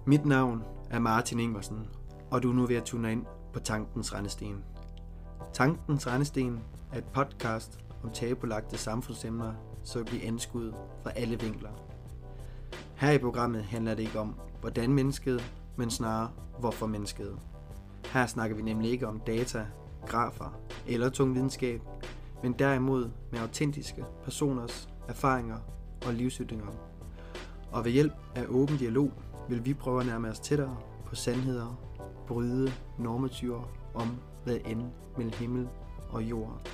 Mit navn er Martin Ingvarsen, og du er nu ved at tune ind på Tankens Rendesten. Tankens Rendesten er et podcast om tabubelagte samfundsemner, så vil blive anskuet fra alle vinkler. Her i programmet handler det ikke om, hvordan mennesket, men snarere, hvorfor mennesket. Her snakker vi nemlig ikke om data, grafer eller tung videnskab, men derimod med autentiske personers erfaringer og livsytringer. Og ved hjælp af åben dialog vil vi prøve at nærme os tættere på sandheder, bryde normatyver om hvad end mellem himmel og jord.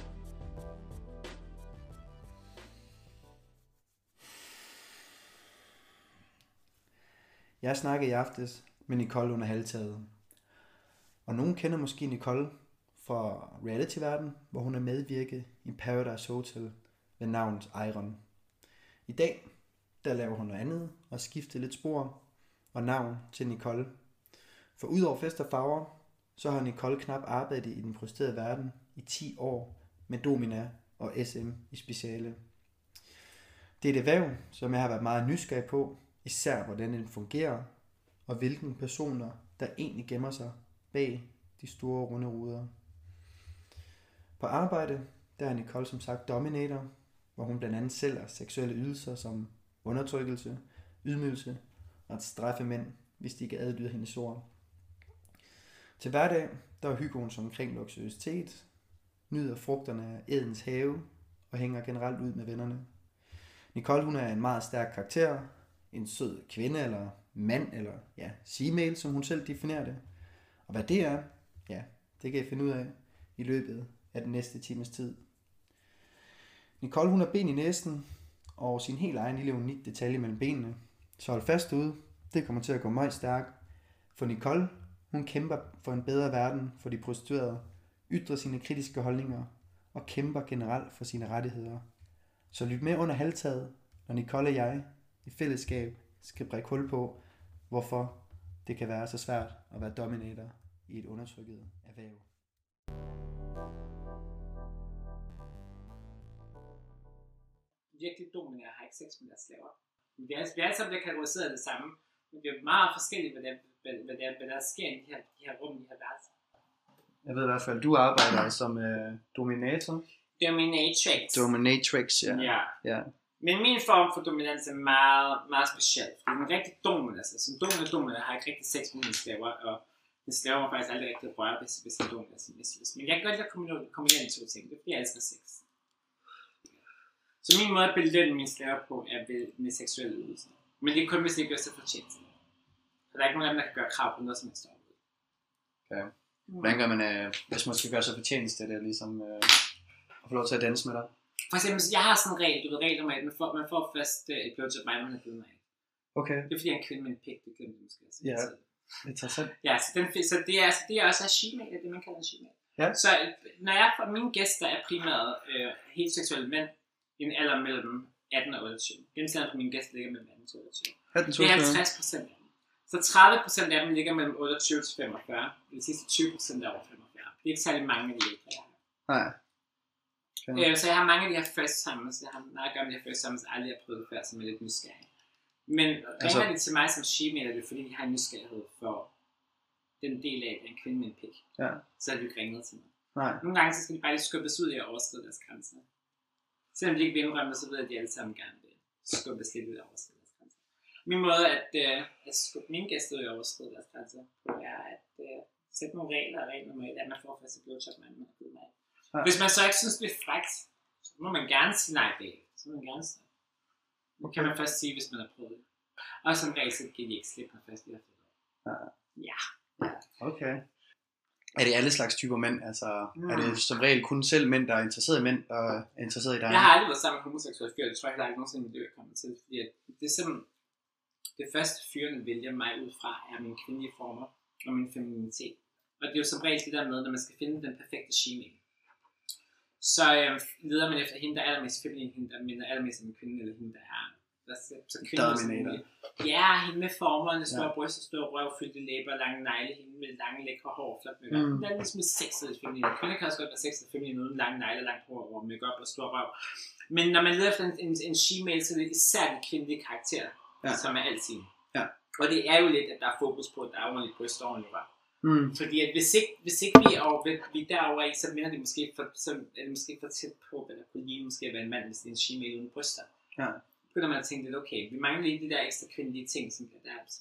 Jeg snakkede i aftes med Nicole under halvtaget. Og nogen kender måske Nicole fra reality-verden, hvor hun er medvirket i Paradise Hotel ved navnet Iron. I dag, der laver hun noget andet og skifter lidt spor og navn til Nicole. For udover fest og farver, så har Nicole knap arbejdet i den prostituerede verden i 10 år med Domina og SM i speciale. Det er et erhverv, som jeg har været meget nysgerrig på, især hvordan den fungerer, og hvilke personer, der egentlig gemmer sig bag de store runde ruder. På arbejde, der er Nicole som sagt dominator, hvor hun blandt andet sælger seksuelle ydelser som undertrykkelse, ydmygelse og at straffe mænd, hvis de ikke adlyder hendes ord. Til hverdag, der hygger hun sig omkring luksuriøsitet, nyder frugterne af ædens have og hænger generelt ud med vennerne. Nicole, hun er en meget stærk karakter, en sød kvinde eller mand, eller she-male, som hun selv definerer det. Og hvad det er, det kan jeg finde ud af i løbet af den næste times tid. Nicole, hun har ben i næsen, og sin helt egen lille unik detalje mellem benene. Så hold fast ude, det kommer til at gå meget stærkt. For Nicole, hun kæmper for en bedre verden for de prostituerede, ytrer sine kritiske holdninger og kæmper generelt for sine rettigheder. Så lyt med under halvtaget, når Nicole og jeg i fællesskab skal brække hul på, hvorfor det kan være så svært at være dominator i et undertrykket erhverv. Virkelig dominerer har ikke sex med deres slaver. Vi er alle sammen kategoriseret af det samme, men det er meget forskelligt, hvad der sker i de her rum, de her værelser. Jeg ved i hvert fald, du arbejder som dominator. Dominatrix, ja. Men min form for dominans er meget, meget speciel. Fordi den rigtig dominans, som dominant har ikke rigtig sex med mine slaver, og mine slaver var faktisk aldrig rigtig røre, hvis en dominans er mislyst. Men jeg kan godt lide at kombinere de to ting, det er fordi jeg elsker sex. Så min måde at belønne mine slaver på er med seksuelle ydelser. Men det er kun, hvis det ikke gør sig fortjent. Så der er ikke nogen af dem, der kan gøre krav på noget, som helst overhovedet. Okay. Hvordan gør man, hvis man skal gøre sig fortjent, det er ligesom at få lov til at danse med dig? For eksempel, jeg har sådan en regel, regler med, at man får først et blowjob mig, man har givet mig. Okay. Det er fordi, jeg er en kvinde med en pik, det glemte jeg måske. Ja, interessant. Ja, så det er også she-male, det man kalder en she-male. Ja. Så når jeg får mine gæster er primært helt seksuelle mænd, i en alder mellem 18 og 28. Gennemsnittet på mine gæster ligger mellem 18 og 28. Det er 50% af dem. Så 30% af dem ligger mellem 28 til 45. De sidste 20% er over 45. Det er ikke særlig mange af de ældre, jeg har. Nej. Okay. Så jeg har mange af de her first timers. Jeg har meget at gøre med de her first timers, aldrig har prøvet før, som er lidt nysgerrig. Men ringer de til mig som she-male, er det fordi, de har en nysgerrighed for den del af, at en kvinde med en pik. Ja. Så er de ikke ringet til mig. Nej. Nogle gange så skal de bare lige skubbes ud i at overskride deres grænser. Selvom de ikke vil indrømme, så ved jeg, at de alle sammen gerne vil skubbes lidt ud af overskride deres grænser. Min måde at skubbe mine gæster ud af overskride deres grænser på er at sætte nogle regler, og regel nummer 1 er, at man får først et blowjob, man har givet mig. Hvis man så ikke synes, det er frækt, så må man gerne sige nej bag. Så må man gerne sige. Det kan man først sige, hvis man har prøvet det. Og som regel, så giver de ikke slip, når først de har fået det. Ja. Okay. Er det alle slags typer mænd? Altså, er det som regel kun selv mænd, der er interesseret i mænd, og er interesseret i dig? Jeg har aldrig været sammen med homoseksuelle fyre. Det tror jeg aldrig nogensinde, det er kommet til. Fordi det er sådan, det første fyrene vælger mig ud fra, er mine kvindelige former og min femininitet. Og det er jo som regel det der med, når man skal finde den perfekte she-male. Så leder man efter hende, der er allermest feminin, hende, der minder allermest om en kvinde, eller hende, der er så dominator. Ja, hende med formerne, store bryster, store røv, fyldte læber, lange negle, hende med lange, lækre hår, flot makeup. Det er ligesom sexet feminin. Kvinder kan også godt være sexet feminin uden lange negle, langt hår og makeup og stor røv. Men når man leder efter en she-male, så er det især de kvindelige karakterer, som er altid. Ja. Og det er jo lidt, at der er fokus på, at der er ordentligt bryst og ordentligt røv. Fordi at hvis ikke vi er derovre i, så minder det måske så er det måske for tæt på, hvad der kunne lige måske være en mand, hvis det er en she-male uden bryster. Ja. Begynder man at tænke lidt, okay, vi mangler lige de der ekstra kvindelige ting, som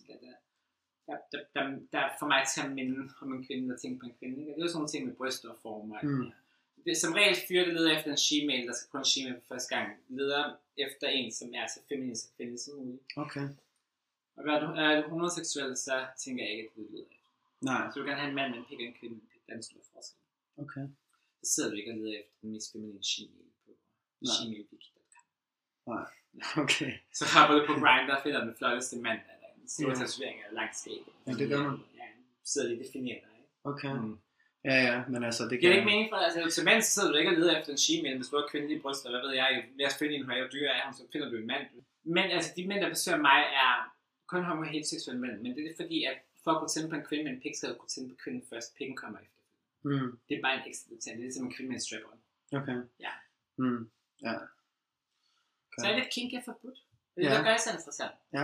der for mig til at minde om en kvinde, der tænker på en kvinde. Ikke? Det er jo sådan nogle ting med bryster og former. Det er som regel fyre, der leder efter en she-male, der skal på en she-male for første gang, leder efter en, som er så feminin og kvindelig som muligt. Okay. Og er du homoseksuel, så tænker jeg ikke, at det leder efter. Nej. Så du kan have en mand med en pik og en kvinde med en pik, der er en stor forskel. Okay. Så sidder du ikke og leder efter den mest feminine she-male på she-male.com. Nej. Okay. Så hopper du på Grindr og finder den flotteste mand, der er en stor tatovering af langt skæg. Ja, det gør man. Ja, sidder lige defineret dig. Okay. Ja, men altså det giver det ikke mening for, altså til mand, så sidder du ikke og leder efter en she-male, hvis du har kvindelige bryster, hvad ved jeg, lad os finde en højere dyr af ham, så finder du en mand. Men altså de mænd, der besøger mig, er kun heteroseksuelle mænd, men det er fordi, at for at kunne tænde på en kvinde med en pik, skal du kunne tænde på kvinden først, pikken kommer efter. Det er bare en ekstra detalje, det er ligesom en kvinde med en strap-on. Okay. Ja. Ja. Så er lidt kinky forbudt. Det er det, der gør det så interessant. Ja.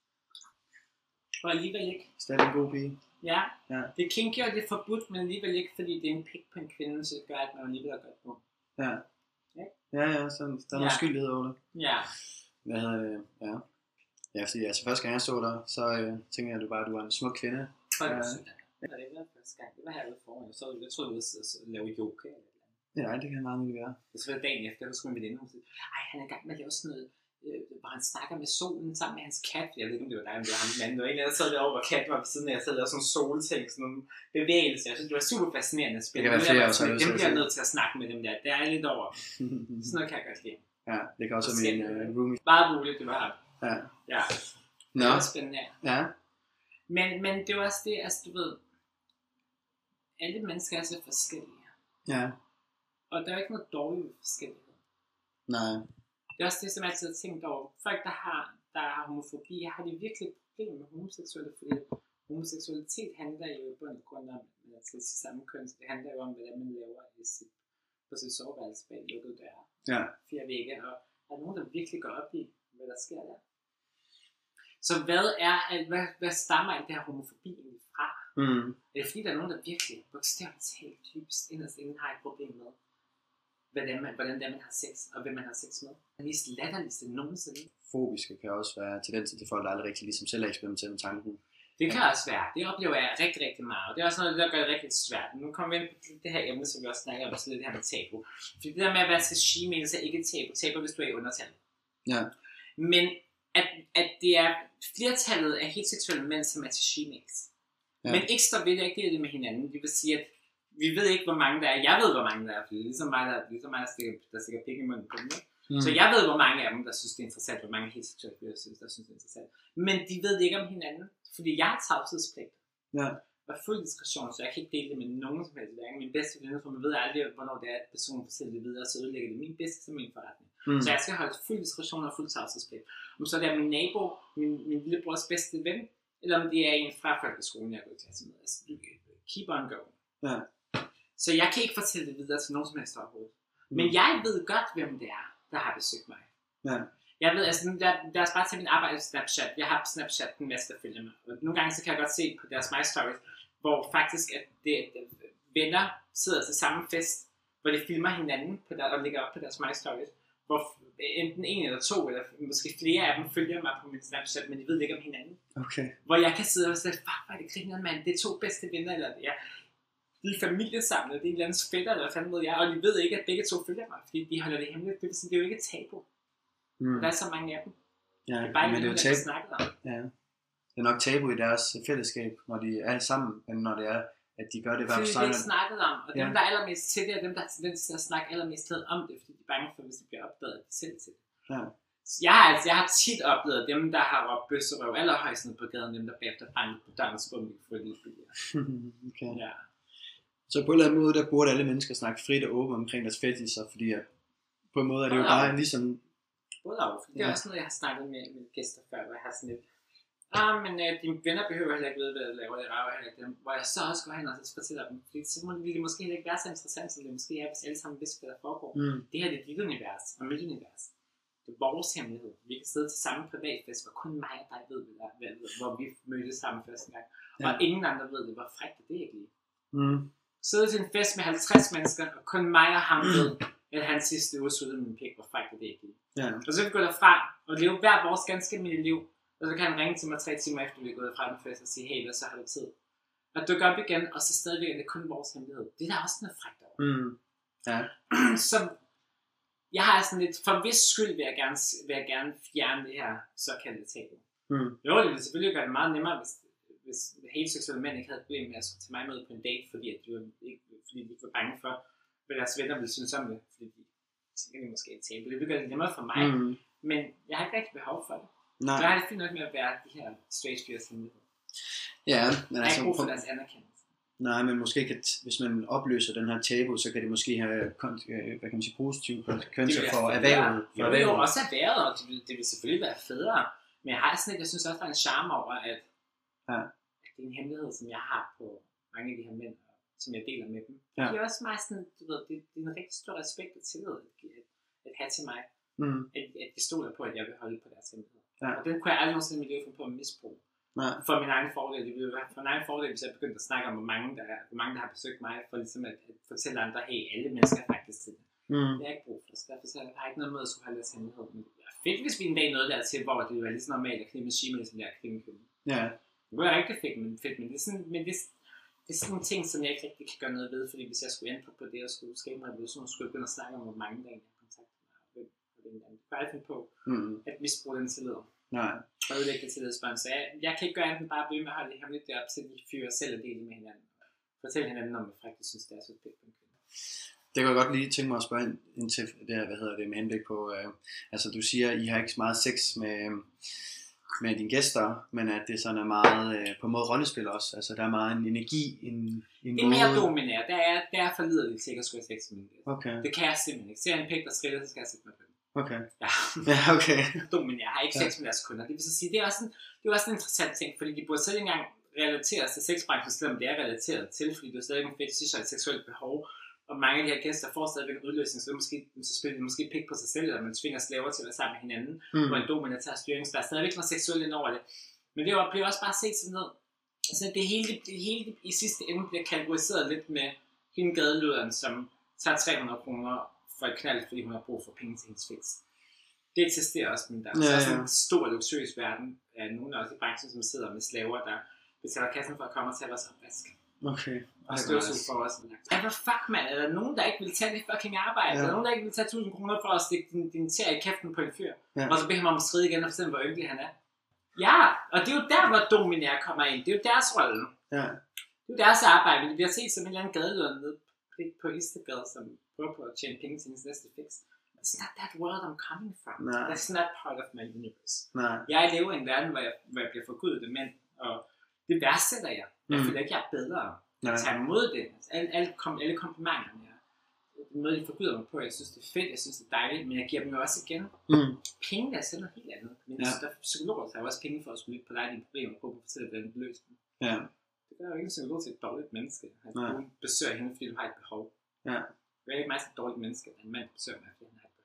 Og alligevel ikke. Stadig en god pige. Ja. Det er kinky, og det er forbudt, men alligevel ikke, fordi det er en pik på en kvinde, så det gør, at man alligevel er godt på. Ja. Ja, så der er noget skyldlighed over det. Ja. Hvad hedder det? Ja. Ja, fordi altså første gang jeg så dig, så tænker jeg, at du var en smuk kvinde. Det var første gang. Det var herude foran. Jeg troede, du ville lave yoga. Ja, det kan meget muligt være. Det var dagen efter, der skulle en veninde, hun sige, han er i gang med at lave sådan noget, hvor han snakker med solen sammen med hans kat. Jeg ved ikke, om det var dig, men det var ham manden. Det var en, der sad derovre, hvor katten var ved siden af. Jeg sad og lavede sådan nogle solting, sådan nogle bevægelser. Jeg synes, det var super fascinerende at spille. Det kan være flere også. Dem bliver nødt til at snakke med dem der. Det er lidt over. Sådan noget kan jeg godt lide. Ja, det kan også være min roomie. Meget muligt, det var ham. Ja. Det var spændende. Ja. Men det var også det, altså du ved, alle mennesker er så forskellige. Ja. Og der er ikke noget dårligt ved forskellighed. Nej. Det er også det, som jeg altid har tænkt over. Folk, der har homofobi, har de virkelig et problem med homoseksuelle, fordi homoseksualitet handler jo i bund og grund om, at til samme køn, det handler jo om, hvad man laver på sit soveværelse bag lukkede døre. Ja. 4 vægge, og der er nogen, der virkelig går op i, hvad der sker der. Så hvad stammer alt det her homofobi egentlig fra? Er det fordi, der er nogen, der virkelig bogstaveligt talt dybest inderst inden har et problem med, hvordan man har sex, og hvem man har sex med? Den mest latterligste nogensinde. Fobiske kan også være tendenser til folk, der aldrig rigtig ligesom selv eksperimenterer med tanken. Det kan også være. Det oplever jeg rigtig, rigtig meget. Og det er også noget, der gør det rigtig svært. Nu kommer vi ind på det her emne, som vi også snakker om, så det her med tabu. Fordi det der med at være til she-male, så er ikke tabu. Tabu, hvis du er i undertal. Ja. Men at det er flertallet af heteroseksuelle mænd, som er til she-males. Ja. Men ikke står ved det, ikke det med hinanden. Det vil sige, at vi ved ikke, hvor mange der er. Jeg ved, hvor mange der er, fordi ligesom mig, der stikker pik i munden på dem. Så jeg ved, hvor mange af dem, der synes, det er interessant, hvor mange heteroseksuelle synes, der synes, det er interessant. Men de ved ikke om hinanden, fordi jeg har tavshedspligt. Ja. Og fuld diskretion, så jeg kan ikke dele det med nogen som helst. Hverken min bedste venner, for man ved aldrig, hvornår det er, at personen fortæller det videre, så ødelægger det min bedste som min forretning. Så jeg skal holde fuld diskretion og fuld tavshedspligt. Om så det er min nabo, min lillebrors bedste ven, eller om det er en fra folkeskolen, jeg er gået i klasse med. Altså, keep on going. Ja. Så jeg kan ikke fortælle det videre til nogen som helst overhovedet. Men jeg ved godt, hvem det er, der har besøgt mig. Ja. Jeg ved, altså, der er bare til min arbejde på Snapchat. Jeg har på Snapchat den masse, der følger mig. Og nogle gange så kan jeg godt se på deres My Stories, hvor faktisk at venner sidder til samme fest, hvor de filmer hinanden og lægger op på deres My Stories. Hvor enten en eller to, eller måske flere af dem følger mig på min Snapchat, men de ved ikke om hinanden. Okay. Hvor jeg kan sidde og sige, fuck, hvor er det griner, mand. Det er 2 bedste venner, eller det er... De er familiesamlet, det er en eller anden fætter, eller hvad fanden ved jeg, og de ved ikke, at begge 2 følger mig, fordi de holder det hemmeligt. Det er jo ikke et tabu. Der er så mange af dem. Ja, det er bare men det er jo tabu. Ja. Det er nok tabu i deres fællesskab, når de er sammen, men når det er, at de gør det hver for sig. Fordi det er ikke snakket om, og dem, der er allermest til det, er dem, der har tendens til at snakke allermest om det, fordi de er bange for, hvis de bliver opdaget, at de selv til det. Ja. Så jeg har tit oplevet dem, der har råbt bøsserøv allerhøjst ned på gaden, dem der bagefter banket på døren og spurgte, for et lille billigere. Okay. Ja. Så på en eller anden måde, der burde alle mennesker snakke frit og åbent omkring deres fetisser, fordi at på en måde er det jo bare ligesom... Både af, det er også noget, jeg har snakket med mine gæster før, hvor jeg har sådan lidt, men dine venner behøver heller ikke vide, hvad jeg laver, det rager heller ikke dem, hvor jeg så også går hen og fortæller dem, fordi så ville det måske heller ikke være så interessant, som det måske er, hvis alle sammen vidste, hvad der foregår. Det her det er dit univers, og mit univers. Det er vores hemmelighed. Vi kan sidde til samme privatfest, hvor kun mig og dig ved, hvor vi mødtes sammen første gang. Og ingen andre ved det, hvor frækt det er egentlig. Sidde til en fest med 50 mennesker, og kun mig og ham ved, at han sidste uge suttede min pik, hvor frækt det er egentlig. Og så kan vi gå derfra og leve hver vores ganske almindelige liv. Og så kan han ringe til mig 3 timer efter, vi er gået fra den fest og sige, hey, hvad så har du tid? Og dukke op igen, og så stadigvæk er det kun vores hemmelighed. Det er der også noget frækt over. Så jeg har sådan lidt, for hvis skyld vil jeg gerne fjerne det her såkaldte tabu. Jo, det ville selvfølgelig gøre det meget nemmere, hvis heteroseksuelle mænd ikke havde et problem med at skulle tage mig med på en date, fordi de ikke var bange for, hvad deres venner ville synes om det, fordi de tænker, det måske er et tabu. Det vil gøre det nemmere for mig, men jeg har ikke rigtig behov for det. Nej. Jeg har det fint nok med at være de her straight fyres hemmelighed. Ja, men jeg er ikke brug for deres anerkendelse. Nej, men måske kan, hvis man opløser den her tabu, så kan det måske have hvad kan man sige, positive konsekvenser for erhvervet. Det vil jo også erhvervet, og det vil selvfølgelig være federe. Men jeg har sådan et, jeg synes også, der er en charme over, at det er en hemmelighed, som jeg har på mange af de her mænd, som jeg deler med dem. Det er også meget sådan, du ved, det er en rigtig stor respekt og tillid at have til mig. At de stoler på, at jeg vil holde på deres hemmelighed. Og den kunne jeg aldrig nogensinde i mit liv finde på at misbruge. For min egen fordel. Det ville være for min egen fordel, hvis jeg begyndte at snakke om, hvor mange der har besøgt mig, for ligesom at fortælle andre, hey, alle mennesker er faktisk til det. Det er ikke brug for, så derfor så har jeg ikke noget med at skulle holde deres hemmelighed. Men det er fedt, hvis vi en dag nåede dertil, hvor det ville være lige så normalt at knippe Shima, som jeg er kvimmekøben. Det var rigtig fedt, men det er sådan, det er sådan nogle ting, som jeg ikke rigtig kan gøre noget ved, fordi hvis jeg skulle ændre på det, og skulle skabe en revolution, skulle jeg begynde at snakke om, hvor mange der egentlig har kontakt med mig, og hvem det er. Jeg finde på at misbruge den tillid. Og udlægge det tillidsbånd. Så jeg kan ikke gøre andet end bare blive med at holde det hemmeligt deroppe, så de fyrer selv og dele med hinanden. Fortælle hinanden om, hvad faktisk synes, det er så fedt på en kvinde. Det kan jeg godt lige tænke mig at spørge ind til det her, med henblik på, altså du siger, I har ikke så meget sex med dine gæster, men at det sådan er meget på en måde rollespil også, altså der er meget en energi, det er mere dominært, det er forlideligt til at skulle have sex med mine gæster. Det kan jeg simpelthen ikke. Ser en pæk, der skrider, så skal jeg sætte mig på den. Okay. Dominært, jeg har ikke sex med deres kunder. Det vil så sige, det er også en interessant ting, fordi de burde selv ikke engang relateres til sexbranchen, selvom det er relateret til, fordi du stadig en fetish og et seksuelt behov. Og mange af de her gæster får stadigvæk en udløsning, så spiller de måske pik på sig selv, eller man tvinger slaver til at være sammen med hinanden, hvor en dominatær styring, så der er stadigvæk noget seksuelt ind over det. Men det bliver også bare set sådan noget. Altså det hele i sidste ende bliver kategoriseret lidt med hende gadeluderen, som tager 300 kroner for et knald, fordi hun har brug for penge til hendes fix. Det eksisterer også, men der er også en stor luksuriøs verden af nogen også i branchen, som sidder med slaver, der betaler kassen for at komme og tage vores opvask. Og støvsug for os. Hvad fuck, mand? Er der nogen, der ikke vil tage det fucking arbejde? Er der nogen, der ikke vil tage 1000 kroner for at stikke din tær i kæften på en fyr? Og så beder ham om at skride igen og fortælle, hvor yndelig han er? Ja, og det er jo der, hvor dominær kommer ind. Det er jo deres rolle. Det er jo deres arbejde, men det bliver set som en eller anden gadelød nede på Istedgade, som prøver på at tjene penge til hendes næste fix. It's not that world I'm coming from. That's not part of my universe. Jeg lever i en verden, hvor jeg bliver forgudet af mænd, og det værdsætter jeg. Jeg føler ikke, jeg er bedre. Jeg tager imod det. Altså, alle komplimenterne, den måde, de forguder mig på, jeg synes, det er fedt, jeg synes, det er dejligt, men jeg giver dem jo også igen. Penge er selv noget helt andet. Men der psykologer tager også penge for at skulle lytte på dig dine problemer, og prøve at fortælle, hvordan du løser dem. Det gør jo ikke en psykolog til et dårligt menneske. Du besøger hende, fordi du har et behov. Jeg er ikke meget så et dårligt menneske, at en mand besøger mig, fordi han har et behov.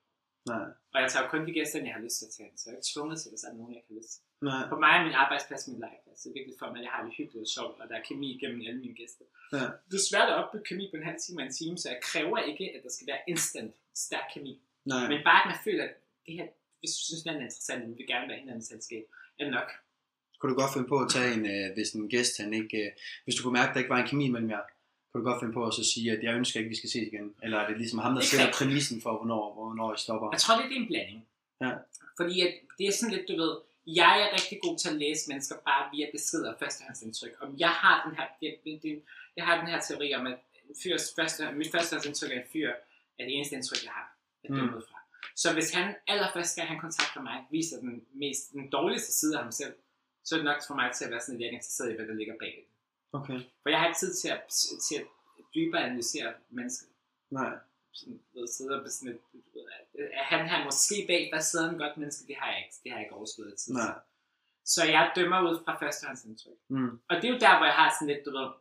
Og jeg tager jo kun de gæster, jeg har lyst til at tage, så jeg er ikke tvunget til, hvis der er nogen, jeg ikke har lyst til. For mig er min arbejdsplads min legeplads. Det er vigtigt for mig, at jeg har det hyggeligt og sjovt, og der er kemi gennem alle mine gæster. Det er svært at opbygge kemi på en halv time og en time, så jeg kræver ikke, at der skal være instant stærk kemi. Men bare at man føler, at det her, hvis du synes, det er interessant, og vi vil gerne være hinandens selskab, er nok. Kunne du godt finde på at tage hvis en gæst, han ikke, hvis du kunne mærke, at der ikke var en kemi mellem jer, kunne du godt finde på at så sige, at jeg ønsker ikke, at vi skal ses igen? Eller er det ligesom ham, der sætter præmissen for, hvornår I stopper? Jeg tror, det er en blanding. Fordi at det er sådan lidt, du ved, jeg er rigtig god til at læse mennesker bare via beskeder og førstehåndsindtryk. Og jeg har den her teori om, at mit førstehåndsindtryk af en fyr er det eneste indtryk, jeg har. Fra. Så hvis han allerførst skal han kontakter mig, viser den dårligste side af ham selv, så er det nok for mig til at være sådan, at jeg ikke er interesseret i, hvad der ligger bag det. For jeg har ikke tid til at dybere analysere mennesker. Sidder på sådan han har måske bag, der sidder en godt menneske, det har jeg ikke overskuddet af tid. Så jeg dømmer ud fra førstehåndsindtryk. Og det er jo der, hvor jeg har sådan lidt, du ved,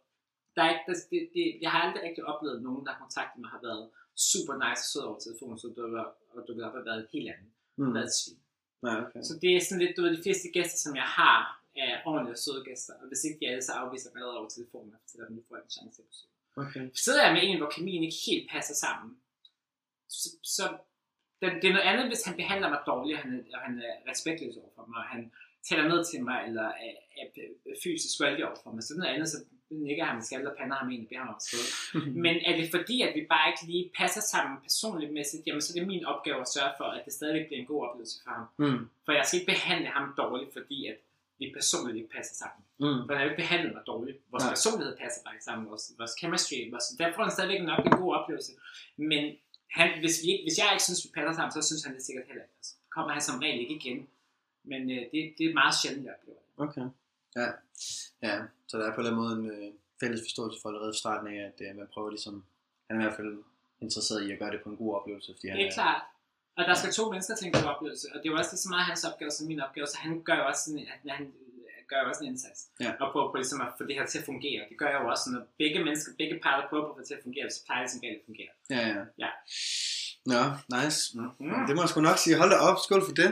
jeg har aldrig rigtig oplevet nogen, der har kontaktet mig, har været super nice og sød over telefonen, så du har op og været et helt andet. været et svin. Nej, okay. Så det er sådan lidt, du ved, de fleste gæster, som jeg har, er ordentlige og søde gæster, og hvis ikke de alle, så afviser jeg allerede over telefonen, og fortæller dem, nu får jeg en chance til at besøge. Okay. Sidder jeg med en, hvor kemien ikke helt passer sammen, så det er noget andet, hvis han behandler mig dårligt, og han er respektløs overfor mig, og han tæller ned til mig, eller er fysisk voldig overfor mig. Så det er noget andet, så nikker han med skaldet og pander ham ind og beder ham om at skrive. Men er det fordi, at vi bare ikke lige passer sammen personligt mæssigt, jamen så er det min opgave at sørge for, at det stadigvæk bliver en god oplevelse for ham. For jeg skal ikke behandle ham dårligt, fordi at vi personligt ikke passer sammen. For han har ikke behandlet mig dårligt. Vores personlighed passer bare ikke sammen. Vores chemistry, der får han stadigvæk nok en god oplevelse. Men hvis jeg ikke synes, vi passer sammen, så synes han det sikkert heller ikke. Så kommer han som regel ikke igen. Men det er meget sjældent, jeg oplever det. Okay. Ja, så der er på en eller anden måde en fælles forståelse for allerede fra starten af, at man prøver ligesom, han er i hvert fald interesseret i at gøre det på en god oplevelse. Fordi det er klart. Og der skal 2 mennesker til en god oplevelse, og det er jo også lige så meget hans opgave som min opgave, så han gør jo også sådan, at han gør jo også en indsats. Og prøver på ligesom at få det her til at fungere. Det gør jeg jo også, når begge parter prøver på at få det til at fungere, så plejer det som galt at fungere. Ja. Nå, nice. Det må jeg sgu nok sige. Hold da op, skål for det.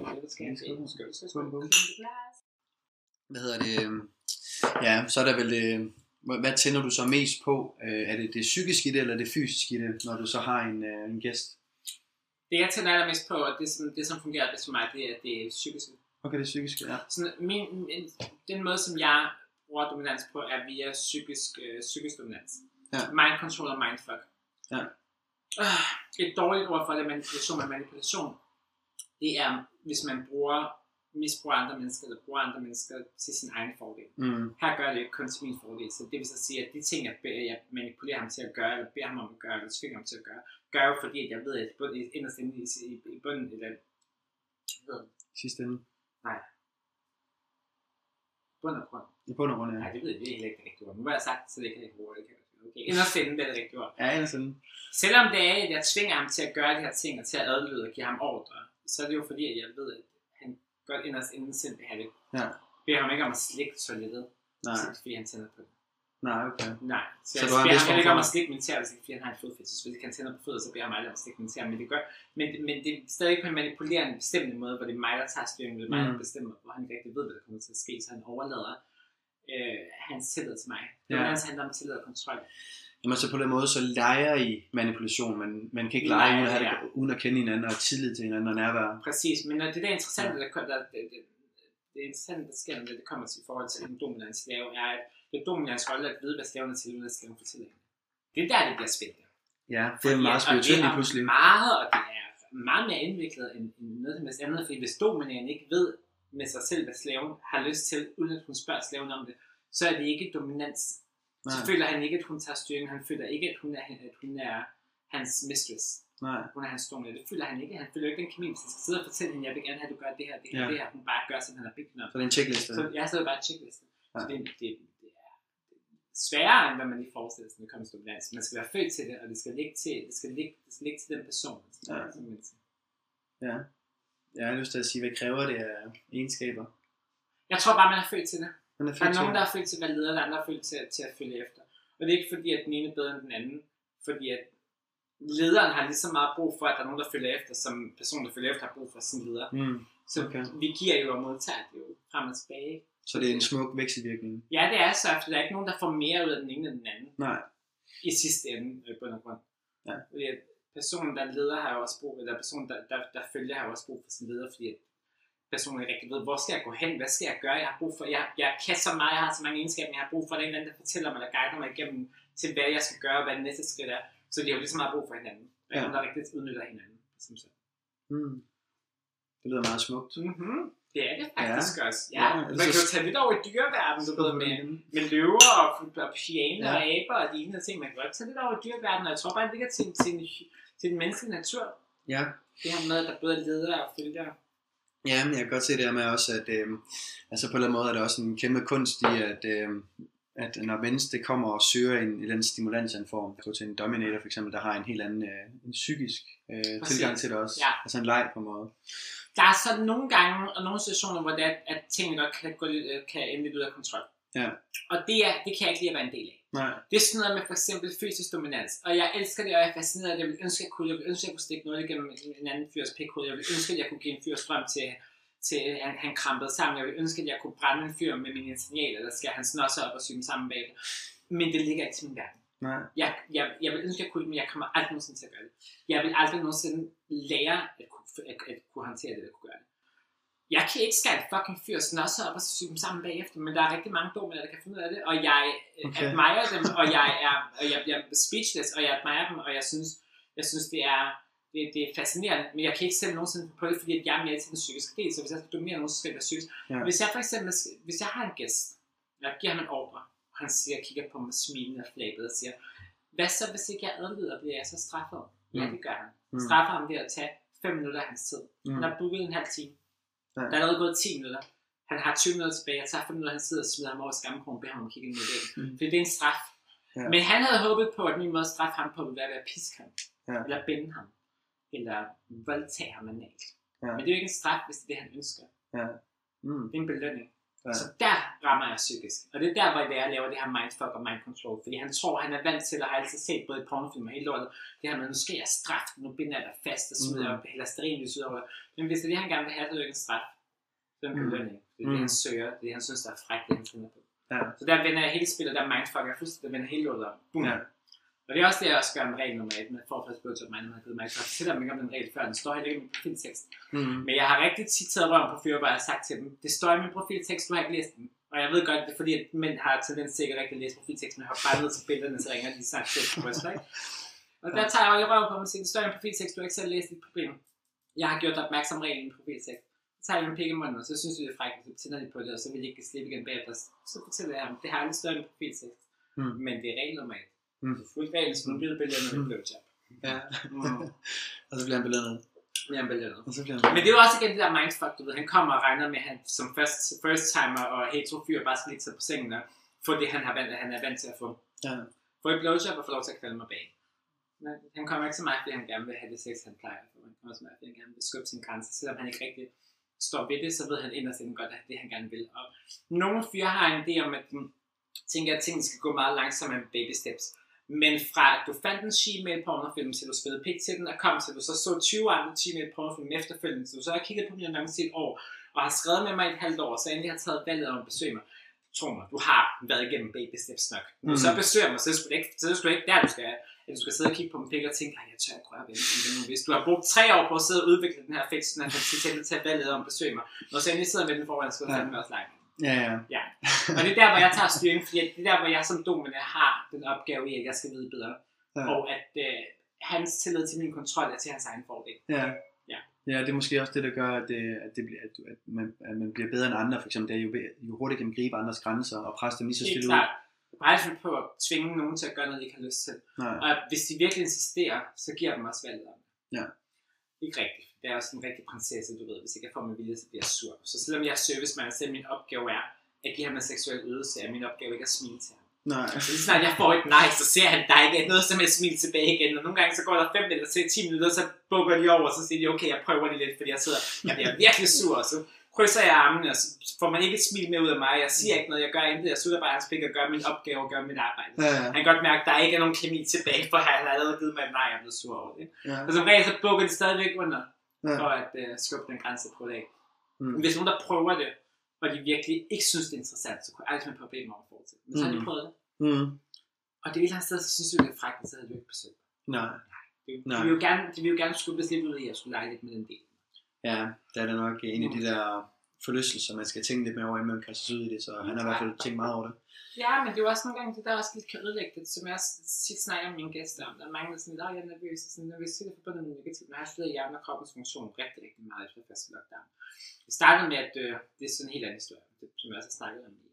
Skål. Hvad hedder det? Ja, så er der vel hvad tænder du så mest på? Er det psykiske i det, eller det fysiske i det, når du så har en gæst? Det jeg tænder allermest på, og det som fungerer bedst for mig, det er det psykiske. Okay, det psykiske, ja. Så den måde, som jeg bruger dominans på, er via psykisk dominans. Ja. Mind control og mindfuck. Ja. Et dårligt ord for det, manipulation, det er, hvis man misbruger andre mennesker, eller bruger andre mennesker til sin egen fordel. Her gør det ikke kun til min fordel, så det vil så sige, at de ting, jeg manipulerer ham til at gøre, eller beder ham om at gøre, eller tvinger ham til at gøre, gør jo fordi, at jeg ved, at inderst inde i bunden, eller sidste ende? Nej. Bund og grund. I bund og grund, ja. Nej, det ved jeg heller ikke det rigtige ord. Nu har jeg sagt, så det kan jeg ikke bruge det. Okay, inderst inde, det er det rigtige ord. Ja, inderst inde. Selvom det er, at jeg tvinger ham til at gøre de her ting, og til at adlyde og give ham ordre, så er det jo fordi, at jeg ved, at han godt inderst inde selv vil have det. Ja. Beder ham ikke om at slikke toilettet, Nej. så fordi han tænder på det. Nej, okay. Nej, så jeg du beder ham ikke om at slikke min tæer, hvis ikke fordi han har en fodfetish. Hvis ikke han tænder på fødder, så beder ham aldrig om at slikke min tæer, men det gør. Men det er stadig på en manipulerende bestemt måde, hvor det er mig, der tager styringen, det er mig, der bestemmer, hvor han ikke rigtig ved, hvad der kommer til at ske, så han overlader hans tillid til mig. Det er hans handler om tillid og kontrol. Jamen så på den måde, så leger I manipulation, men man kan ikke lege uden at kende hinanden og tillid til hinanden og nærvær. Præcis, men det der er interessant, det interessante, der sker, når det kommer til i forhold til en dominant slave, er, at det er dominants rolle at vide, hvad slaven er til, uden at slaven fortæller hende. Det er der, det bliver spændende. Ja, det er meget spirituelt pludselig. Meget, og det er meget mere indviklet end noget som helst andet, fordi hvis domineren ikke ved med sig selv, hvad slaven har lyst til, uden at hun spørger slaven om det, så er det ikke dominans. Så føler han ikke, at hun tager styringen. Han føler ikke, at hun er hans mistress. Nej. Hun er hans dominant. Det føler han ikke. Han føler ikke den kemi, hvis han skal sidde og fortælle hende, jeg vil gerne have, at du gør det her, det her, det her. Hun bare gør, som han har bedt hende om. Så det er en checkliste. Så jeg sidder bare en checkliste. Ja. Så det er sværere, end hvad man lige forestiller sig, når det kommer til dominans. Man skal være født til det, og det skal ligge til den person. Ja. Jeg har lyst til at sige, hvad kræver det af egenskaber? Jeg tror bare, man er født til det. Der er nogen, der er født til at være leder, og der er andre, der er født til at følge efter. Og det er ikke fordi, at den ene er bedre end den anden. Fordi at lederen har lige så meget brug for, at der er nogen, der følger efter, som personen, der følger efter, har brug for sin leder. Så vi giver jo og modtager det jo frem og tilbage. Så det er en smuk vekselvirkning? Ja, det er så, for der er ikke nogen, der får mere ud af den ene end den anden. Nej. I sidste ende, bund og grund. Ja. Fordi at personen, der leder, har jo også brug, eller personen, der følger, har jo også brug for sin leder, fordi at personen ikke rigtig ved, hvor skal jeg gå hen, hvad skal jeg gøre, jeg har brug for, jeg kan så meget, jeg har så mange egenskaber, jeg har brug for, at en eller anden, der fortæller mig, der guider mig igennem til, hvad jeg skal gøre, hvad det næste skridt er, så de har jo lige så meget brug for hinanden, og der rigtig udnytter hinanden, som så. Det lyder meget smukt. Det er det faktisk også. Ja. Man kan jo tage lidt over i dyreverden, du ved, med løver og pianer og aber og de ene ting, man kan godt tage lidt over i dyreverden, og jeg tror bare, det ligger til den menneskelige natur. Ja. Det her med, at der både er ledere og følger. Ja, men jeg kan godt se det her med også, at altså på en eller anden måde er det også en kæmpe kunst i, at når mennesket kommer og søger en eller anden stimulans af en form, gå til en dominator for eksempel, der har en helt anden en psykisk tilgang til det også, altså en leg på en måde. Der er så nogle gange og nogle situationer, hvor det er, at tingene godt kan ende lidt ud af kontrol. Ja. Og det kan jeg ikke lide at være en del af. Nej. Det er sådan noget med for eksempel fysisk dominans, og jeg elsker det, og jeg er fascineret af det. Jeg vil ønske, jeg kunne stikke noget igennem en anden fyrs pikhoved. Jeg vil ønske, at jeg kunne give en fyr strøm til han krampede sammen. Jeg vil ønske, at jeg kunne brænde en fyr med mine insignaler, eller skal han snogså op og syge dem sammen bag det. Men det ligger ikke til min verden. Nej. Jeg vil ønske, at jeg kunne, men jeg kommer aldrig nogensinde til at gøre det. Jeg vil aldrig nogensinde lære at kunne håndtere det, at kunne gøre det. Jeg kan ikke skære fucking fyr snogså op og syge dem sammen bagefter, men der er rigtig mange dumme, der kan finde ud af det, og jeg admirer dem, og jeg bliver speechless, og jeg admirer dem, og jeg synes det er fascinerende, men jeg kan ikke selv nogensinde på det, fordi jeg er mere til den psykiske del, så hvis jeg skal dominere nogen, så skal det være psykisk. Ja. Hvis jeg for eksempel, hvis jeg har en gæst, jeg giver ham en ordre, og han kigger på mig smilende og flabet og siger, hvad så hvis ikke jeg adlyder, bliver jeg så straffet? Ja, det gør han. Straffer ham ved at tage 5 minutter af hans tid. Han har booket en halv time. Ja. Der er allerede gået 10 minutter. Han har 20 minutter tilbage. Jeg tager 5 minutter af hans tid og smider ham over skammekrogen og beder ham om at kigge ind mod væggen. Fordi det er en straf. Ja. Men han havde håbet på, at min måde at straffe ham på ville være ved at piske ham. Ja. Eller binde ham. Eller voldtage ham analt. Ja. Men det er jo ikke en straf, hvis det er det, han ønsker. Ja. Det er en belønning. Ja. Så der rammer jeg psykisk. Og det er der, hvor jeg laver det her mindfuck og mind control. Fordi han tror, han er vant til at have altid set både i pornofilm og hele lortet. Det her med, nu skal jeg straffe, nu binder jeg dig fast og smider op, eller stearinlys ud over det. Men hvis det er det, han gerne vil have, så er det jo ikke en straf. Det er en belønning. Det er det, han søger. Det er det, han synes, der er frækt, det han finder på. Ja. Så der vender jeg hele spillet, der mindfuck, jeg fuldstændig vender hele lortet om. Ja. Og det er også det, jeg også gør med regel nummer 1, med forfærds blowjob, mig, når man har givet mig ikke. Så jeg fortæller dem ikke om den regel før, den står heller ikke i min profiltekst. Men jeg har rigtig tit taget røven på fyre, hvor jeg har sagt til dem, det står i min profiltekst, du har ikke læst den. Og jeg ved godt, det er fordi, at mænd har tendens til ikke rigtig at læse profiltekst, men jeg har bare ned til billederne, så ringer de snart til på bryster, ikke? Og der tager jeg jo røven på mig og siger, det står i min profiltekst, du har ikke selv læst dit problem. Jeg har gjort dig opmærksom reglen i min profiltekst. Så tager jeg min pik i munden, og så synes vi det er frækt, og så tænder de på det, og så vil de ikke slippe igen bagefter. Så fortæller jeg ham, det har aldrig stået i min profiltekst. Men det er regel nummer 1. Så fuldt regel, så nu bliver det belønnet med blowjob. Ja. Og så bliver han belønnet. Men det er jo også igen det der mindfuck, du ved, han kommer og regner med, at han som first timer og hetero-fyr bare skal ligge sig på sengen og få det, han er vant til at få. Ja. Få et blowjob og få lov til at kvalde mig bag. Men han kommer ikke så meget, fordi han gerne vil have det sex, han plejer. Han kommer så meget, fordi han gerne vil skubbe sin grænse. Selvom han ikke rigtig står ved det, så ved han inderst inden godt, at det han gerne vil. Og nogle fyre har en idé om, at de tænker, at tingene skal gå meget langsommere med baby steps. Men fra at du fandt en Gmail pornofilm, til du spillede pik til den, og kom til du så 20 andre Gmail pornofilm efterfølgende, så du så har kigget på min annonce i et år, og har skrevet med mig i et halvt år, så endelig har taget valget om at besøge mig. Tro mig, du har været igennem baby steps nok. Når du så besøger mig, så er det sgu ikke der, du skal sidde og kigge på min pik og tænke, jeg tør ikke røre ved den. Hvis du har brugt 3 år på at sidde og udvikle den her effekt, så er det til at valget om at besøge mig. Når så endelig sidder med den foran, så skal du fandme også lege. Ja. Og det er der, hvor jeg tager styring, fordi det er der, hvor jeg som dominant har den opgave i, at jeg skal vide bedre. Ja. Og at hans tillid til min kontrol er til hans egen fordel. Ja, det er måske også det, der gør, at man bliver bedre end andre. For eksempel, det er jo hurtigt kan man gribe andres grænser og presse dem lige så stille ud. Bare ikke på at tvinge nogen til at gøre noget, de ikke har lyst til. Nej. Og hvis de virkelig insisterer, så giver dem også valget om det. Ja. Ikke rigtigt. Det er også en rigtig prinsesse, du ved. Hvis ikke jeg får min vilje, så bliver jeg sur. Så selvom jeg er servicemand, så min opgave er at give ham en seksuel ydelse, er min opgave ikke at smile til ham. Nej. Så lige snart jeg får et nej, så ser han dig ikke noget som et smil tilbage igen. Og nogle gange så går der 5 minutter til 10 minutter, så bukker de over, og så siger de, okay, jeg prøver det lidt, fordi jeg bliver virkelig sur. Så krydser jeg armene, og så får man ikke et smil mere ud af mig. Jeg siger ikke noget, jeg gør intet. Jeg sutter bare hans pik og gør min opgave og gør mit arbejde. Ja. Han kan godt mærke, at der ikke er nogen kemi tilbage, for han har allerede givet mig et nej, jeg er blevet sur over det. Ja. Og som regel så bukker de stadigvæk under, for at skubbe den grænse på det af. Hvis nogen der prøver det, og de virkelig ikke synes det er interessant, så kunne jeg aldrig have problemer over at fortsætte. Men så har de prøvet det. Og det er et eller andet sted, så synes du, det er frækt, så havde du ikke besøgt. Nej. De vil jo gerne skubbes lidt ud i at skulle lege lidt med den del. Ja, der er der nok en af de der forlystelser, man skal tænke lidt mere over, inden man kaster sig ud i det, så han har i hvert fald tænkt meget over det. Ja, men det er jo også nogle gange, det der også lidt kan ødelægge det, som jeg også tit snakker med mine gæster om. Der er mange, der sådan, jeg er nervøs, og sådan, når vi siger det forbundet med negativt, når jeg har studeret hjernen og kroppens funktion rigtig, rigtig meget efter første lockdown. Det startede med, at det er sådan en helt anden historie, det, som jeg også har snakket om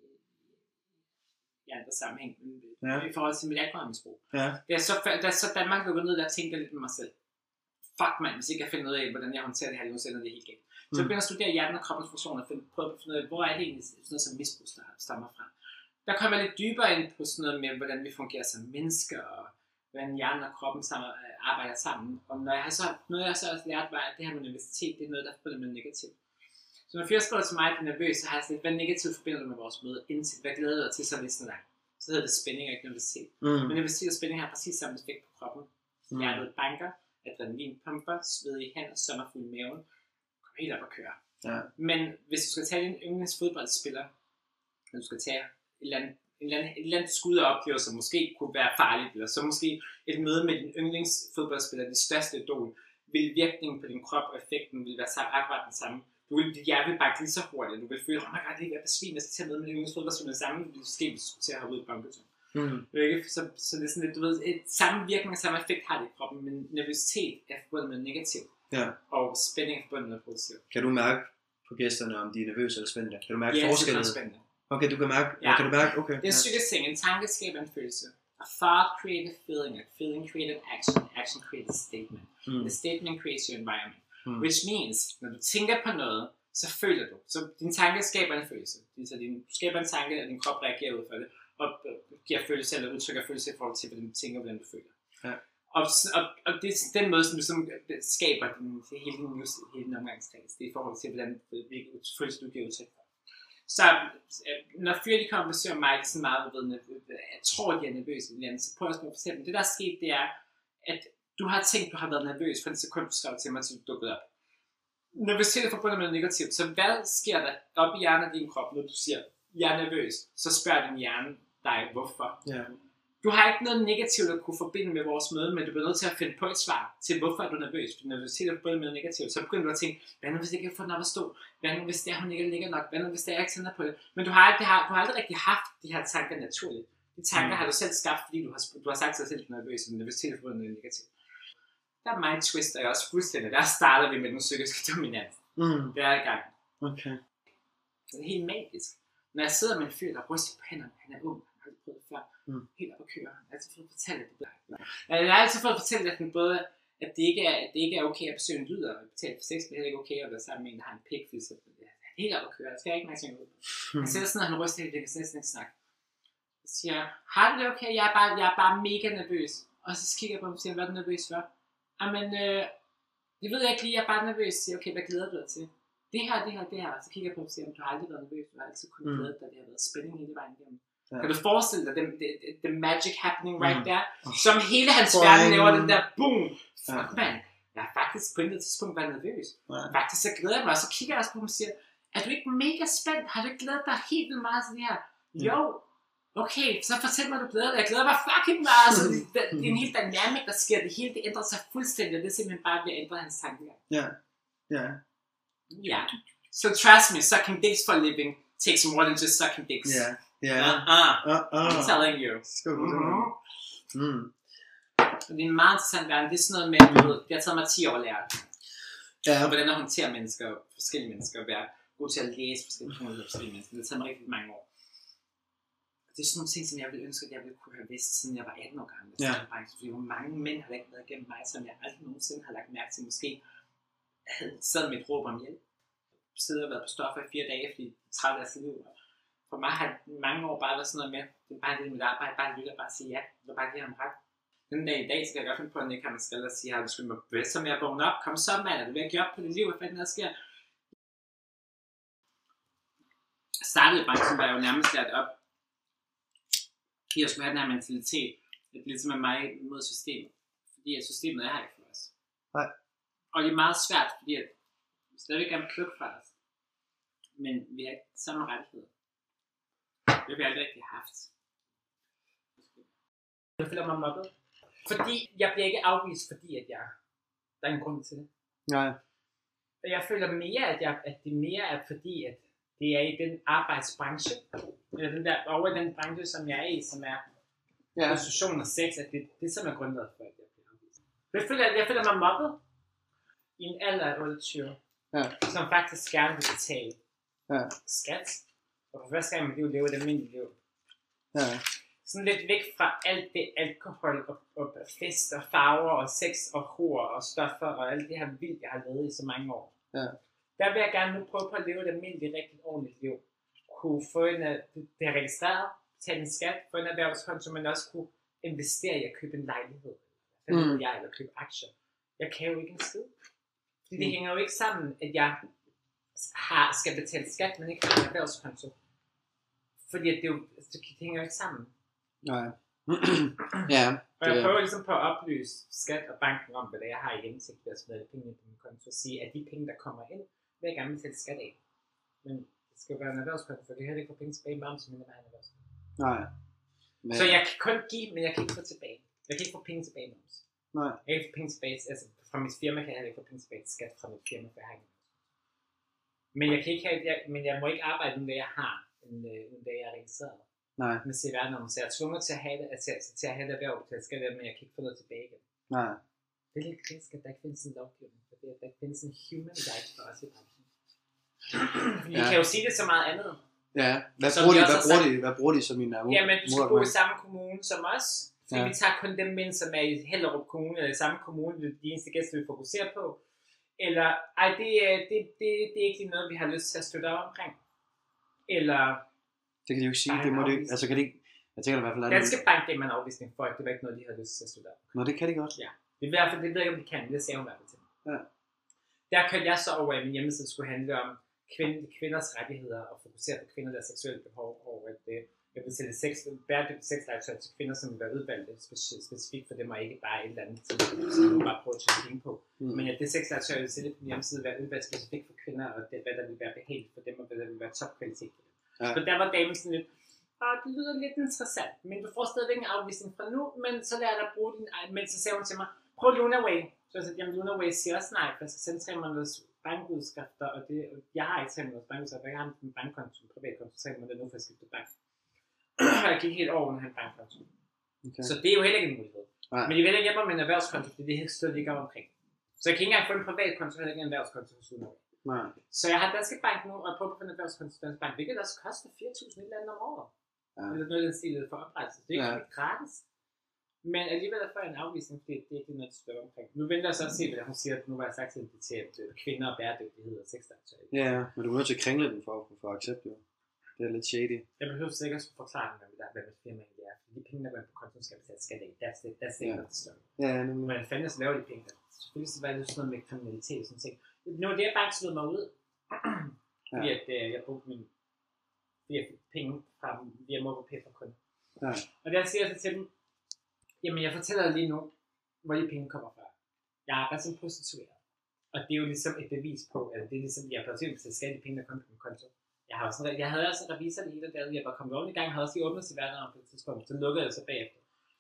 i andre sammenhæng, i forhold til mit alkoholmisbrug. Ja. Da så Danmark lukkede ned, der tænkte jeg lidt med mig selv. Fuck man, hvis ikke jeg finder ud af, hvordan jeg håndterer det her, så er det helt galt. Så jeg begynder at studere hjernen og kroppens funktioner, og prøve at finde ud af, hvor er det egentlig sådan noget som misbrug stammer fra. Der kommer jeg lidt dybere ind på sådan noget med, hvordan vi fungerer som mennesker, og hvordan hjernen og kroppen arbejder sammen. Og noget jeg så også lært var, at det her med nervøsitet, det er noget, der forbundet med negativt. Så når først skriver til mig, at det er nervøs, så har jeg sådan lidt, hvad negativt forbinder du med vores møde indtil, hvad glæder du dig til så næsten lang. så hedder det spænding og ikke nervøsitet. Mm. Men nervøsitet og spænding har præcis samme effekt på kroppen. Hjertet banker, adrenalin pumper, sved i hænder, sommerfuld i maven, kommer helt op og kører. Ja. Men hvis du skal tage din yndlingsfodboldspiller, når du skal tage et eller andet, du skal ud og opleve, som måske kunne være farligt, eller så måske et møde med din yndlingsfodboldspiller, din største idol, vil virkningen på din krop og effekten vil være akkurat den samme. Dit hjerte vil banke lige så hurtigt, du vil føle, oh my god, det er ved at besvime, jeg skal til at møde med din yndlingsfodboldspiller samme, du skal til at have ud i bunkertøj. Så det er sådan lidt, du ved, samme virkning og samme effekt har det i kroppen, men nervøsitet er forbundet med negativ, og spænding er forbundet med positiv. Kan du mærke på gæsterne, om de er nervøse eller spændte? Kan du mærke forskellen? Spændende. Okay, du kan mærke. Ja. Kan du mærke? Okay. Det er psykisk ting. En tanke skaber en følelse. A thought creates a feeling. A feeling creates an action. Action creates a statement. The statement creates your environment. Which means, når du tænker på noget, så føler du. Så din tanke skaber en følelse. Så du skaber en tanke, og din krop reagerer ud for det, og giver følelse eller udtrykker følelse i forhold til, hvordan du tænker, hvordan du føler. Ja. Og det er den måde, som du skaber hele din omgangskreds. Det er i forhold til, hvilke følelser du giver udtryk for. Så når fyre de kommer og besøger mig, det er sådan meget ved, jeg tror, de er nervøse, så prøv at fortælle dem. Det der er sket, det er, at du har tænkt, du har været nervøs for en sekund, du skrev til mig, til du dukkede op. Nervøsitet er forbundet med noget negativt, så hvad sker der op i hjernen af din krop, når du siger, jeg er nervøs, så spørger din hjerne dig, hvorfor. Ja. Du har ikke noget negativt at kunne forbinde med vores møde, men du bliver nødt til at finde på et svar til, hvorfor er du nervøs. For nervøsitet er forbundet med noget negativt. Så begynder du at tænke, hvad nu hvis jeg ikke kan få den op at stå? Hvad nu hvis hun ikke ligger nok? Hvad nu hvis jeg ikke tænder på det? Men du har aldrig rigtig haft de her tanker naturligt. De tanker har du selv skabt, fordi du har sagt til dig selv, at du er nervøs, men nervøsitet er forbundet med noget negativt. Der er mind twist, og jeg også fuldstændig. Der starter vi med den psykiske dominans. Det er i gang. Okay. Det er helt magisk. Når jeg sidder med en fyr, der ryster på hænderne, han er ung, han har aldrig prøvet det før, helt op at køre. Jeg har altid fået fortalt, at den både, at det ikke er okay at besøge en lyd og betale for sex, men det er heller ikke okay at være sammen med en, der har en pik, fordi så er helt op at køre. Jeg skal ikke mærke ud. Jeg sætter sådan, at han ryster helt, det kan næsten ikke snakke. Så siger jeg, har du det okay? Jeg er bare mega nervøs. Og så kigger jeg på ham og siger, hvad er du nervøs for? Jamen, det ved jeg ikke lige, jeg er bare nervøs. Så siger okay, hvad glæder du dig til? Det her. Så kigger jeg på ham og siger, du har aldrig været nervøs, du har altid kun glædet dig, det har været spænding hele vejen igennem. Ja. Kan du forestille dig, the magic happening right there? Som hele hans verden laver den der boom. Fuck man, jeg har faktisk på intet tidspunkt været nervøs. Faktisk så glæder jeg mig, og så kigger jeg også på ham og siger, er du ikke mega spændt? Har du ikke glædet dig helt vildt meget til det her? Jo. Okay, så fortæl mig, du glæder dig. Jeg glæder mig fucking meget. Så det er en helt dynamik, der sker. Det hele det ændrer sig fuldstændig, og det er simpelthen bare ved at ændre hans tankegang. Ja. So trust me, sucking dicks for a living takes more than just sucking dicks. I'm telling you. Det er en meget interessant verden. Det er sådan noget med, det har taget mig 10 år at lære det. Og hvordan at håndtere mennesker, forskellige mennesker, og være god til at læse forskellige mennesker. Det har taget mig rigtig mange år. Det er sådan nogle ting, som jeg ville ønske, at jeg ville kunne have vidst, siden jeg var 18 år gammel. Fordi hvor mange mænd har ikke været igennem mig, som jeg aldrig nogensinde har lagt mærke til. Måske havde sad med et råb om hjælp. Siddet og været på stoffer i 4 dage, fordi 30 af sit liv. For mig har mange år bare været sådan noget med, det er bare en del af mit arbejde, bare lytte og bare sige ja. Det var bare det, han ret. Den dag i dag, så kan jeg godt finde på, at Nick har skrevet og sige, har du sgu mig bedst, som jeg vågner op? Kom så, mand, er du ved at give op på dit liv? Hvad fanden der sker? Startede i branchen, var jeg jo nærmest lært op. Jeg skulle have den her mentalitet, at det ligesom er mig mod systemet. Fordi at systemet er her ikke for os. Nej. Og det er meget svært, fordi at vi stadigvæk gerne plukke fra os. Men vi har ikke samme rettigheder. Det har vi aldrig rigtig haft. Jeg føler mig mobbet. Fordi jeg bliver ikke afvist, fordi at der er en grund til det. Nej. Og jeg føler mere, at det mere er fordi, at det er i den arbejdsbranche, eller den der, over i den branche, som jeg er i, som er prostitution og sex, at det som er grundlaget for, at jeg bliver afvist. Jeg føler mig mobbet i en alder af 28, som faktisk gerne vil betale skat, og for første gang i mit liv leve et almindeligt liv. Sådan lidt væk fra alt det alkohol og fest og farver og sex og hår og stoffer og alt det her vildt, jeg har lavet i så mange år. Der vil jeg gerne nu prøve på at leve et almindeligt, rigtig ordentligt liv. Kunne få det registreret, tage en skat, få en erhvervskonto, men også kunne investere i at købe en lejlighed. Eller købe aktier. Jeg kan jo ikke en skid. Fordi det hænger jo ikke sammen, at jeg skal betale skat, men ikke har en erhvervskonto. Fordi at det hænger jo ikke sammen. Nej. Ja. Og jeg prøver ligesom på at oplyse skat og banken om, hvad det er, jeg har i indsigt ved at smide penge på min konto, og sige, at de penge, der kommer ind, vil jeg gerne betale skat af. Men det skal jo være en erhvervskonto, for jeg kan heller ikke få penge tilbage med om, som jeg har en erhvervskonto. Nej. Men... Så jeg kan kun give, men jeg kan ikke få tilbage. Jeg kan ikke få penge tilbage med om. Nej. Jeg kan ikke få penge tilbage, altså fra mit firma kan jeg heller ikke få penge tilbage til skat fra mit firma, for jeg har ikke. Men jeg kan ikke have, men jeg må ikke arbejde med det, jeg har, end det, jeg er registreret. Nej. Med CVR-nummer, så jeg er tvunget til at have det, til at have det erhverv til at skal det, men jeg kan ikke få noget tilbage igen. Nej. Det er lidt kritisk, at der ikke findes en lovgivning, for det der ikke findes en human rights for os i branchen. Fordi I kan jo sige det så meget andet. Ja, hvad bruger de som min nærmere? Jamen, du skal bo i samme kommune som os, fordi vi tager kun dem ind, som er i Hellerup Kommune, eller i samme kommune, det er de eneste gæster, vi fokuserer på. Eller, det er ikke lige noget, vi har lyst til at støtte op omkring. Eller... Det kan de jo ikke sige, det må det ikke, altså kan de ikke, jeg tænker i hvert fald... Danske Bank gav mig en afvisning for, at det var ikke noget, de havde lyst til at støtte op. Nå, det kan de godt. Ja, det er i hvert fald, det ved jeg ikke, om de kan, det sagde hun i hvert fald til mig. Ja. Der kørte jeg så over, at min hjemmeside skulle handle om kvinders rettigheder og fokusere på kvinder, der har seksuelle behov, og at jeg vil sætte bæredygtigt sexlegetøj til kvinder, som vil være udvalgte specifikt for dem, og ikke bare et eller andet, som du bare prøver at tjene penge på. Men at det sexlegetøj, jeg vil sætte på min hjemmeside, være udvalgt specifikt for kvinder, og det, hvad der vil være behageligt for dem, og hvad der vil være topkvalitet for dem. Ja. Så der var damen sådan lidt, det lyder lidt interessant, men du får stadigvæk en afvisning fra nu, men så lader jeg dig bruge din egen, men så sagde hun til mig, prøv Lunaway. Så jeg sagde, jamen Lunaway siger også nej, for jeg skal sende 3 måneders bankudskrifter, og jeg har ikke 3 måneders bankudskrifter, jeg har en bankkonto, en privatkonto, 3 måneder nu for at skifte bank. Og jeg gik helt over med en bankkonto. Okay. Så det er jo heller ikke en mulighed. Nej. Men de vil ikke hjælpe mig med en erhvervskonto, fordi det er stødt ikke omkring. Så jeg kan ikke engang få en privatkonto, heller ikke en erhvervskonto hos Lunaway. Nej. Så jeg har Danske Bank nu, og jeg prøver på at få en erhvervskonto til Danske Bank, hvilket også koster 4.000 et eller andet om året. Ja. Eller noget af den stil for oprettelse. Det er ikke gratis. Men alligevel får jeg en afvisning, fordi det er ikke noget, der spørger omkring. Nu venter jeg så at se, hvad hun siger, at nu var jeg sagt til kvinder og bæredygtighed og sexlegetøj. Ja, men du er nødt til at kringle den for at accepte jo. Det er lidt shady. Jeg behøver sikkert at forklare dem, hvad mit firma egentlig er. Fordi de penge, der går ind på kontoen, skal betale skat af. That's it, the story. Ja, nemlig. Men fanden så laver de penge der. Selvfølgelig så var det sådan noget med kriminalitet og sådan ting. Nu er det, jeg bare slået mig ud. Fordi at jeg brugte min penge fra via MobilePay for kunden. Ja. Og der siger jeg så til dem, jamen jeg fortæller dig lige nu, hvor de penge kommer fra. Jeg arbejder som prostitueret. Og det er jo ligesom et bevis på, at det er ligesom, jeg har på til skat de penge, der kommer på min konto. Jeg havde også en revisor det hele der, jeg var kommet over i gang, havde også lige åbnet til verden på et tidspunkt, så lukkede jeg så bagefter.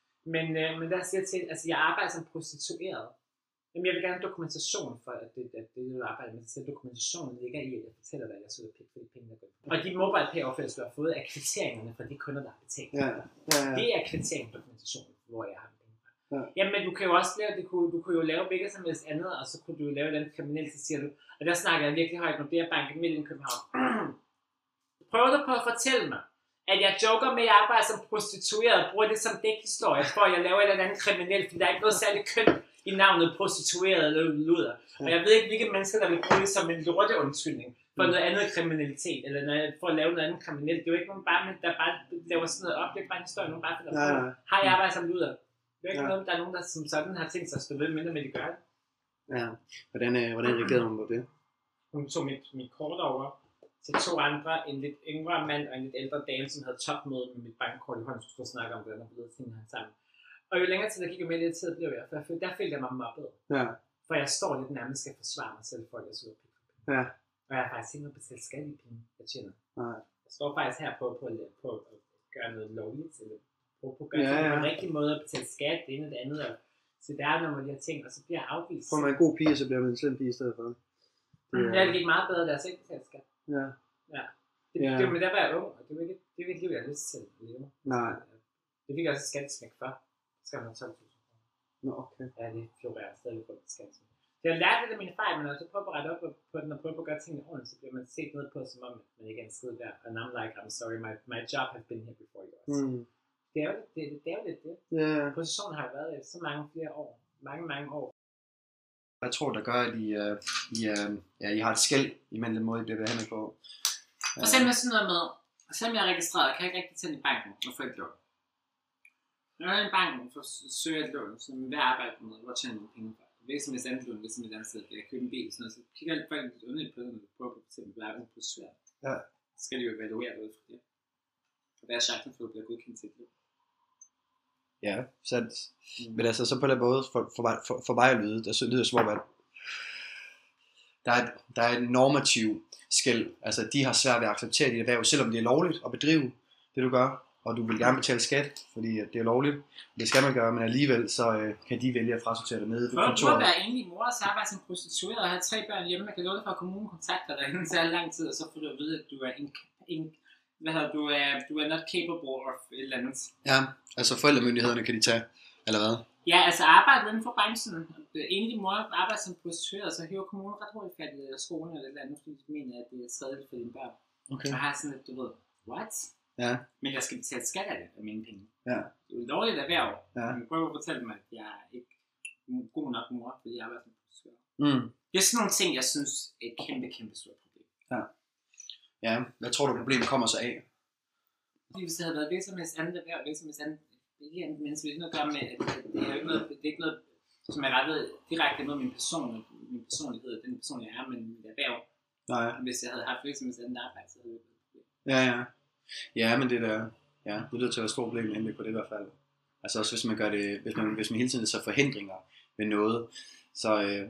Men der siger jeg til, altså jeg arbejder som prostitueret. Jamen jeg vil gerne have dokumentation for, at det du arbejder med, så dokumentationen ligger i, at jeg fortæller dig, at jeg søger for de penge, der går. Og de MobilePay overførsler, du har fået, er kvitteringerne fra de kunder, der har betalt. Ja. Det er kvittering-dokumentationen, hvor jeg har penge fra. Ja. Jamen du kan jo også lave, du kunne jo lave hvilket som helst andet, og så kunne du lave den kriminelt, så siger du, og der snakker jeg virkelig højt, når det er banken midt i København. Prøver du på at fortælle mig, at jeg joker med, at jeg arbejder som prostitueret, bruger det som dækhistorie, for at jeg laver et eller andet kriminelt, fordi der er ikke noget særligt kønt i navnet prostitueret eller luder. Og jeg ved ikke, hvilke mennesker, der vil bruge det som en lorteundskyldning for noget andet kriminalitet, eller for at lave noget andet kriminelt. Det er jo ikke nogen bare, der bare laver sådan noget op, det er bare en historie, nogen bare finder på. Har jeg arbejdet som luder? Det er ikke noget, der er nogen, der som sådan har tænkt sig at stå ved, mindre med de gør det. Ja, hvordan reagerede hun på det? Hun tog mit kort over til 2 andre, en lidt yngre mand og en lidt ældre dame, som havde topmøde med mit bankkort i hånden, skulle snakke om det, og blevet ting her sammen. Og jo længere tid der gik, jo mere lidt tid blev jeg, for der følte jeg mig mobbet. Ja. For jeg står lidt nærmest skal forsvare mig selv, for at jeg så penge. Ja. Og jeg har faktisk ikke noget betalt skat i penge, jeg tjener. Nej. Jeg står faktisk her på at gøre noget lovligt, eller på at gøre det på en rigtig måde, at betale skat, det ene og det andet, og så der er nogle af de her ting, og så bliver jeg afvist. Får man en god pige, så bliver man en slem pige i stedet for. Det gik meget bedre, da jeg selv betalte skat. Ja. Ja. Men der var jeg ung, og det var ikke liv, jeg havde lyst til at leve. Nej. Det fik jeg også skattesmæk for. Så skal man 12.000 kroner. Nå, okay. Ja, det florerer stadig på skattesmæk. Så jeg lærte lidt af mine fejl, men når jeg så prøver at rette op på den, og prøver at gøre tingene ordentligt, så bliver man set noget på, som om man ikke er en skid der. And I'm like, I'm sorry, my job has been here before yours. Det er jo lidt det. Yeah. Positionen har jo været i så mange flere år. Mange år. Jeg tror, der gør, at I har et skæld imellem den måde, I bliver behandlet på. Og selvom jeg sådan noget med, selvom jeg er registreret, kan jeg ikke rigtig tænde i banken og få et lån. Når jeg er i banken for at søge et lån, som vil arbejde med, hvor tjener nogle penge fra. Hvis jeg andet lån, hvis jeg andet sted, jeg køber en bil, sådan noget, så kigger jeg folk lidt underligt på det, når du prøver på at betale hverken på svært. Ja. Så skal de jo evaluere ud fra det. Og der er chancen for, at du bliver godkendt til et lån. Ja, sandt. Men altså, så på den måde, for mig at lyde, så lyder det som om, at der er en normativ skel. Altså, de har svært ved at acceptere dit erhverv, selvom det er lovligt at bedrive det, du gør. Og du vil gerne betale skat, fordi det er lovligt. Det skal man gøre, men alligevel så kan de vælge at frasortere dig nede ved kontoret. Du at være enlig mor og så arbejde som prostitueret og have 3 børn hjemme, man kan love dig fra kommunen kontakter dig inden så lang tid, og så får du at vide, at du er du er not capable of et eller andet. Ja, altså forældremyndighederne kan de tage, eller hvad? Ja, altså arbejde inden for branchen. Enlig mor arbejder som prostitueret, så hører kommunen ret hurtigt fat i skolen eller et eller andet, fordi de mener, at det er skadeligt for dine børn. Okay. Og har sådan et, du ved, what? Ja. Men jeg skal betale skat af det, af mine penge. Ja. Det er jo dårligt erhverv. Ja. Man prøver at fortælle mig, at jeg er ikke god nok mor, fordi jeg arbejder som prostitueret. Det er sådan nogle ting, jeg synes er et kæmpe stort problem. Ja. Ja, hvad tror du problemet kommer så af? Fordi hvis det havde været virksomheds andet erhverv, virksomheds andet menneske, det er ikke noget at gøre med, at det er ikke noget, det er ikke noget, som er rettet direkte mod min personlighed, den person jeg er, men mit erhverv. Nej. Hvis jeg havde haft virksomheds andet arbejde, så havde det været. Ja. Ja, men det der, ja, det lyder til at være et stort problem med på det i hvert fald. Altså også hvis man gør det, hvis man hele tiden så forhindringer ved noget, så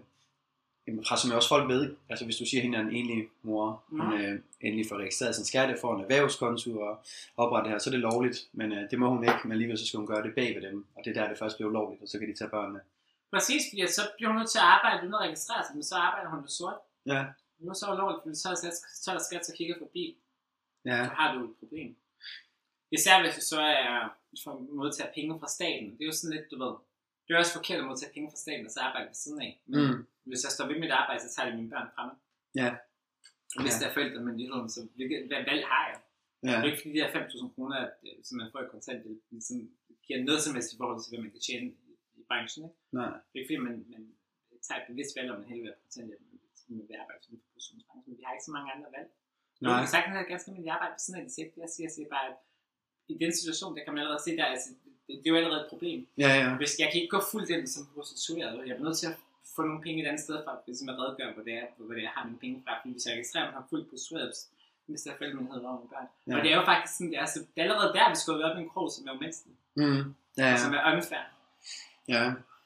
presser man også folk ved. Altså hvis du siger, at hende er en enlig mor, hun endelig får registreret sin skat, får en erhvervskonto og oprette det her, så er det lovligt, men det må hun ikke, men alligevel så skal hun gøre det bag ved dem, og det er der, det først bliver ulovligt, og så kan de tage børnene. Præcis, fordi så bliver hun nødt til at arbejde uden at registrere sig, men så arbejder hun jo sort. Ja. Nu er så ulovligt, fordi så er der skat, så kigger forbi. Ja. Så har du et problem. Især hvis du så er for at modtage penge fra staten. Det er jo sådan lidt, du ved, det er også forkert at modtage penge fra staten, og så arbejde ved siden af. Men hvis jeg står ved mit arbejde, så tager de mine børn fra mig. Ja. Og hvis der er forældremyndigheden, så hvad valg har jeg? Ja. Det er ikke fordi de her 5.000 kroner, som man får i kontanthjælp, ligesom giver noget som helst i forhold til, hvad man kan tjene i branchen. Ikke? Nej. Det er ikke fordi, man tager et bevidst valg, om man hellere vil have kontanthjælp, med at arbejde som professionsbranchen. Men vi har ikke så mange andre valg. Du kan sagtens have ganske almindeligt arbejde på siden af det sæt. Jeg siger bare, at i den situation, der kan man allerede se der, altså, det er jo allerede et problem. Ja. Hvis jeg kan ikke gå fuldt ind som prostitueret, jeg er nødt til at få nogle penge et andet sted fra, hvis jeg redegør, hvor det er, jeg har mine penge fra. Fordi hvis jeg registrerer mig, har fuldt prostitueret, hvis der er forældremyndighed over mine børn. Ja. Og det er jo faktisk sådan, det er, så det er allerede der, vi skal gå op i en krog, som er umenneskelig. Som er unfair. Ja.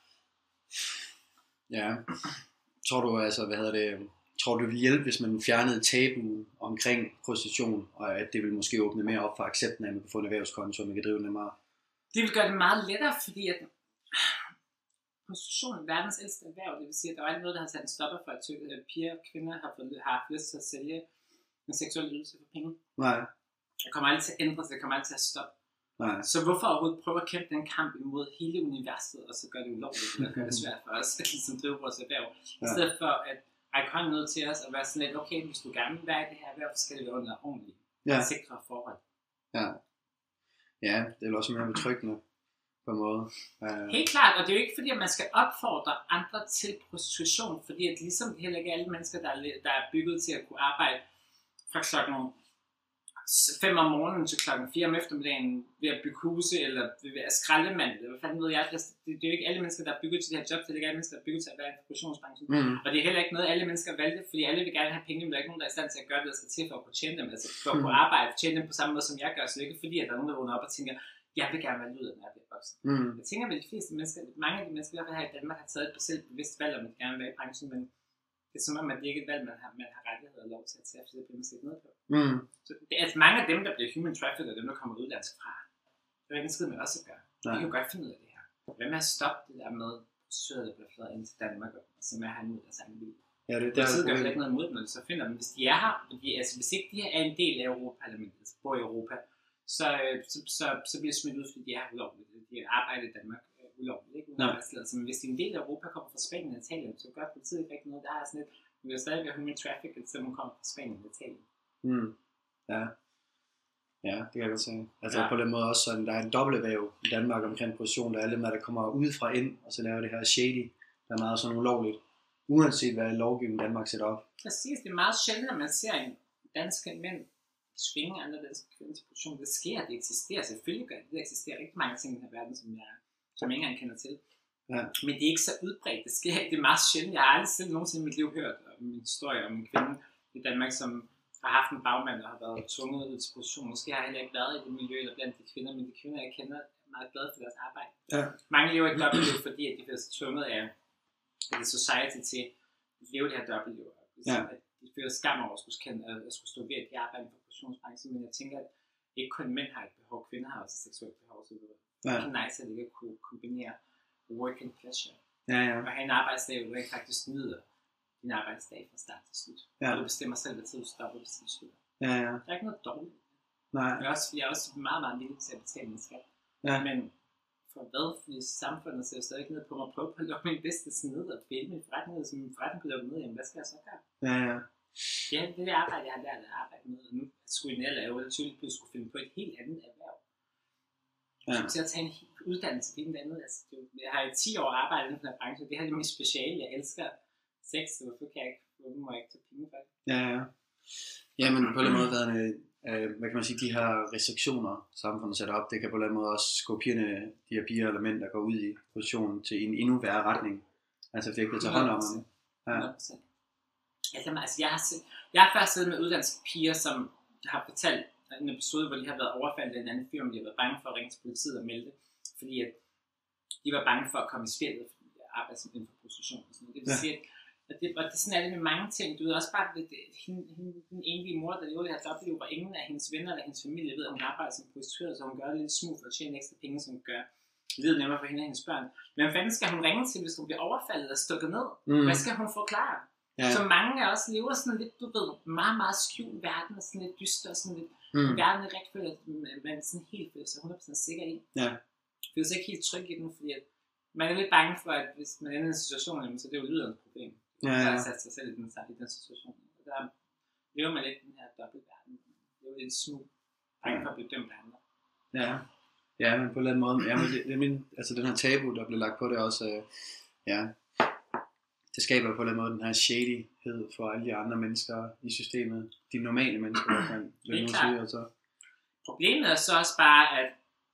Ja. Tror du altså, tror du det vil hjælpe, hvis man fjernede tabu omkring prostitution, og at det vil måske åbne mere op for accepten af, at man kan få en erhvervskonto, og man kan drive nemmere? Det vil gøre det meget lettere, fordi at prostitution er verdens ældste erhverv. Det vil sige, at der er ikke noget, der har sat en stopper for, at piger og kvinder har haft lyst til at sælge en seksuel ydelse for penge. Nej. Det kommer aldrig til at ændre sig, det kommer aldrig til at stoppe. Nej. Så hvorfor overhovedet prøve at kæmpe den kamp imod hele universet, og så gør det ulovligt, og gør det svært for os at ligesom drive vores erhverv. I stedet for at række hånden ud til os og være sådan lidt, okay, hvis du gerne vil være i det her erhverv, så skal det være under ordentligt sikre forhold. Ja. Ja, det er også mere betryggende på en måde. Helt klart, og det er jo ikke fordi, at man skal opfordre andre til prostitution, fordi at ligesom det heller ikke er alle mennesker, der er bygget til at kunne arbejde fra klokken 5 om morgenen til klokken 4 om eftermiddagen ved at bygge huse eller ved at skraldemand, eller hvad fanden ved jeg. Det er jo ikke alle mennesker, der er bygget til det her job, det er ikke alle mennesker, der er bygget til at være i professionsbranchen. Og det er heller ikke noget, alle mennesker valgte, fordi alle vil gerne have penge, men der er ikke nogen, der er i stand til at gøre det, der skal til for at kunne tjene dem. Altså for at kunne arbejde, tjene dem på samme måde, som jeg gør, så det er ikke fordi, at der er nogen, der vågner op og tænker, jeg vil gerne være ud af, når jeg bliver voksen. Jeg tænker, at de fleste mennesker, mange af de mennesker, der her i Danmark, har taget et selv bevidst valg, om at de gerne vil være i branchen, men det er som om, at det ikke er et valg, man har rettighed og lov til at tage, for det bliver man set ned på. Så det er altså mange af dem, der bliver human trafficked, og dem, der kommer udlandsk fra. Det er ikke en skid med os at gøre. Vi kan jo godt finde ud af det her. Hvad med at stoppe det der med, at der bliver flået ind til Danmark, og så med at have en ud af samme liv. Ja, det gør heller ikke noget imod dem, når de så finder dem. Hvis de er her, altså hvis ikke de her er en del af Europaparlamentet, altså bor i Europa, så bliver de smidt ud, fordi de er her ulovligt. De arbejder i Danmark ulovligt, ikke? Men hvis de er en del af Europa, kommer fra Spanien og Italien, så gør politiet ikke rigtig noget. Der er sådan lidt, vi vil stadig være human trafficked, selvom man kommer fra Spanien og Italien. Ja. Ja, det kan jeg godt sige. Altså på den måde også sådan, der er en dobbelterhverv i Danmark omkring position, der er alle dem, der kommer udefra ind, og så laver det her shady, der er meget sådan ulovligt, uanset hvad lovgivningen Danmark sætter op. Præcis, det er meget sjældent, at man ser en danske mænd svinge andre danske kvinder til position. Det sker, det eksisterer, selvfølgelig gør det. Det eksisterer rigtig mange ting i den her verden, som jeg ikke engang kender til. Ja. Men det er ikke så udbredt, det sker ikke, det er meget sjældent. Jeg har aldrig selv nogensinde i mit liv hørt om en historie om en kvinde i Danmark, som har haft en bagmand og har været tvunget ud til position. Måske har jeg heller ikke været i det miljø eller blandt de kvinder, men de kvinder, jeg kender, meget glade for deres arbejde. Ja. Mange lever et dobbeltliv, fordi at de bliver så tvunget af det society til at leve det her dobbeltliv. Ja. At de føler skam over at skulle stå ved, at de arbejder for produktionsbranchen, men jeg tænker, at ikke kun mænd har et behov, kvinder har også et seksuelt behov, så det er nice, at de kan kunne kombinere work and pleasure. Og have en arbejdsdag, hvor du ikke faktisk nyder din arbejdsdag fra start til slut. Og du bestemmer selv, hvad tid du stopper, hvis du slutter. Der er ikke noget dårligt. Nej. Jeg er også meget, meget villig til at betale min skat. Men for hvad? Fordi samfundet ser jo stadig ikke ned på mig, prøve på at lukke min business ned og finde min forretning, så min forretning bliver lukket ned, jamen hvad skal jeg så gøre? Ja, det er det arbejde, jeg har lært at arbejde med, og nu skulle jeg er jo tydeligt på at skulle finde på et helt andet erhverv. Så at tage en uddannelse til det andet. Altså, jeg har i 10 år arbejdet i den her branche, det her er mit speciale, jeg elsker sex, så hvorfor må jeg ikke tage penge for det? Ja, men på den måde, hvad kan man sige, de her restriktioner, samfundet sætter op, det kan på den måde også skubbe pigerne, de her piger eller mænd, der går ud i positionen til en endnu værre retning. Altså, det er ikke at tage hånd om dem. 100%. Altså, jeg har først siddet med uddannelske piger, som har fortalt en episode, hvor de har været overfaldet af en anden firma, de har været bange for at ringe til politiet og melde det, fordi at de var bange for at komme i spjældet, fordi de arbejder som inden for prostitution og sådan noget. Det vil sige, at det sådan er det med mange ting. Du ved også bare, at den enlige mor, der lever det her dobbeltliv, hvor ingen af hendes venner eller hendes familie ved, at hun arbejder som prostitueret, så hun gør det lidt smooth for at tjene ekstra penge, som gør livet nemmere for hende og hendes børn. Men hvad fanden skal hun ringe til, hvis hun bliver overfaldet og stukket ned? Hvad skal hun forklare? Så mange af os lever sådan lidt, du ved, meget, meget skjult verden, og sådan lidt dyster, og sådan lidt verden er rigtig føler, at man sådan helt føler sig 100% sikker i. Føler sig ikke helt tryg i den, fordi at man er lidt bange for, at hvis man ender i en situation, så det er jo lyderens problem. Der har sat sig selv i den situation. Og der lever man lidt i den her dobbeltverden. Det er jo lidt smug, bange for at blive dømt af andre. Ja, men på en eller anden måde, altså den her tabu, der blev lagt på det også, det skaber på en eller anden måde den her shadyhed for alle de andre mennesker i systemet. De normale mennesker, der kan det er klart. Problemet er så også bare, at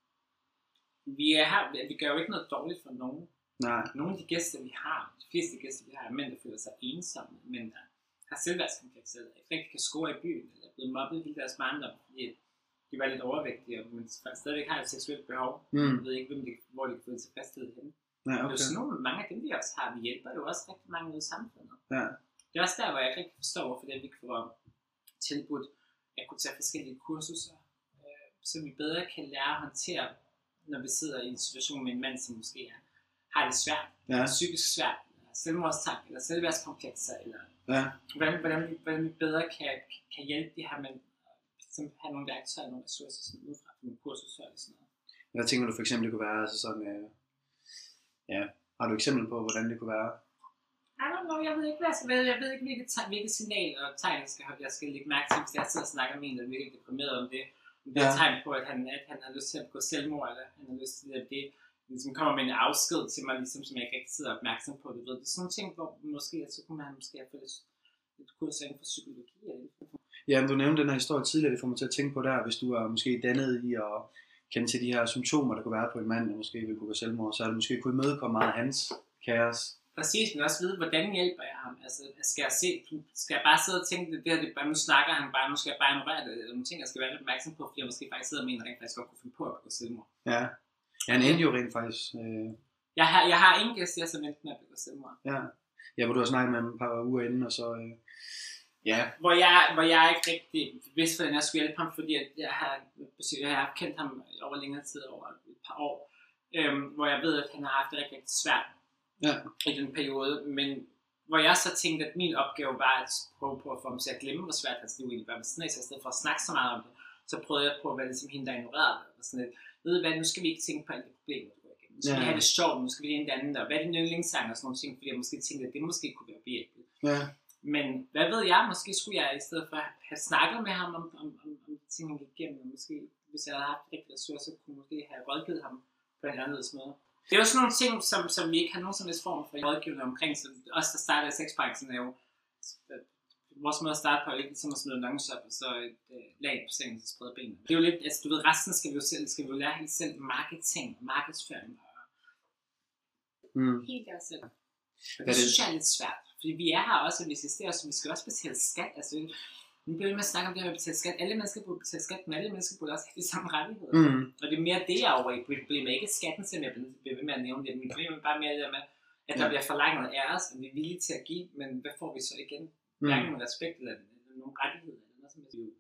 vi gør jo ikke noget dårligt for nogen. Nogle af de gæster, vi har, de fleste gæster, vi har, er mænd, der føler sig ensomme, men der har selvværdskomplekser, eller ikke rigtig kan score i byen, eller er blevet mobbet hele deres barndom, fordi de var lidt overvægtige, men stadigvæk har et seksuelt behov. Jeg ved ikke, hvor de kan få det tilfredshed henne. Det er jo sådan nogle, mange af dem, vi også har, vi hjælper jo også rigtig mange ud i samfundet. Det er også der, hvor jeg ikke rigtig forstår, hvorfor det er, vi kan få tilbudt at kunne tage forskellige kurser, så vi bedre kan lære at håndtere, når vi sidder i en situation med en mand, som måske har det svært, psykisk svært, eller selvmordstank, eller selvværdskomplekser, eller hvordan vi bedre kan hjælpe de her mænd, som have nogle værktøjer, nogle ressourcer, sådan udefra, nogle kurser eller sådan noget. Hvad tænker du for eksempel, det kunne være, altså sådan, har du eksempel på, hvordan det kunne være? I don't know, jeg ved ikke, hvad jeg skal vælge. Jeg ved ikke, hvilket signal og tegn jeg skal lægge mærke til, hvis jeg sidder og snakker med en, der er virkelig deprimeret om det. Det er et tegn på, at han har lyst til at gå selvmord, eller han har lyst til at det ligesom kommer med en afsked til mig, ligesom, som jeg ikke rigtig sidder opmærksom på. Det er sådan nogle ting, hvor måske, så kunne man måske have fået et kurs inden for psykologi. Ja, men du nævnte den her historie tidligere, det får mig til at tænke på der, hvis du er måske dannet i at kende til de her symptomer, der kunne være på en mand, der måske vil kunne gå selvmord, så er det måske kunne imødekomme meget af hans kaos. Præcis, men også vide, hvordan hjælper jeg ham? Altså, skal jeg bare sidde og tænke, det bare, nu snakker han bare, nu skal jeg bare ignorere det, eller nogle ting, jeg skal være lidt opmærksom på, fordi jeg måske faktisk sidder og mener, at jeg faktisk godt kunne finde på at begå selvmord. Ja, han endte jo rent faktisk. Jeg har ingen gæster, som endte med at begå selvmord. Ja, hvor du har snakket med ham et par uger inden, og så... Hvor jeg ikke rigtig vidste, hvordan jeg skulle hjælpe ham, fordi at jeg har kendt ham over længere tid, over et par år, hvor jeg ved, at han har haft det rigtig, rigtig svært i den periode, men hvor jeg så tænkte, at min opgave var at prøve på at få ham til at glemme, hvor svært hans liv egentlig var med sådan et, så i stedet for at snakke så meget om det, så prøvede jeg på at være ligesom hende, der ignorerede det, og sådan lidt, ved du hvad, nu skal vi ikke tænke på alle de problemer, du går igennem, nu skal vi have det sjovt, nu skal vi have en anden, og hvad er din yndlingssang og sådan nogle ting, fordi jeg måske tænkte, at det måske kunne være behjælpeligt. Men hvad ved jeg, måske skulle jeg i stedet for have snakket med ham om de ting, han gik igennem, og måske, hvis jeg havde haft rigtig ressourcer, kunne måske have rådgivet ham på en anden måde. Det er jo sådan nogle ting, som vi ikke har nogen som helst form for rådgivning omkring, så os, der starter i sexbranchen, er jo vores måde at starte på, er ikke ligesom at smide en annonce op, og så et lag på sengen, så spreder benene. Det er jo lidt, altså du ved, resten skal vi jo lære helt selv, marketing, markedsføring, og helt af os selv. Det synes jeg er lidt svært. Fordi vi er her også, og vi eksisterer, så vi skal også betale skat. Altså, Nu bliver vi med at snakke om det her med at betale skat. Alle mennesker burde betale skat, men alle mennesker burde også have de samme rettigheder. Og det er mere det, jeg er over i. Problemet er ikke skatten, som jeg bliver ved med at nævne det. Men problemet er bare mere det med, at der bliver forlanget af os, og vi er villige til at give, men hvad får vi så igen? Hverken med respekt eller nogen rettigheder. Eller noget, som er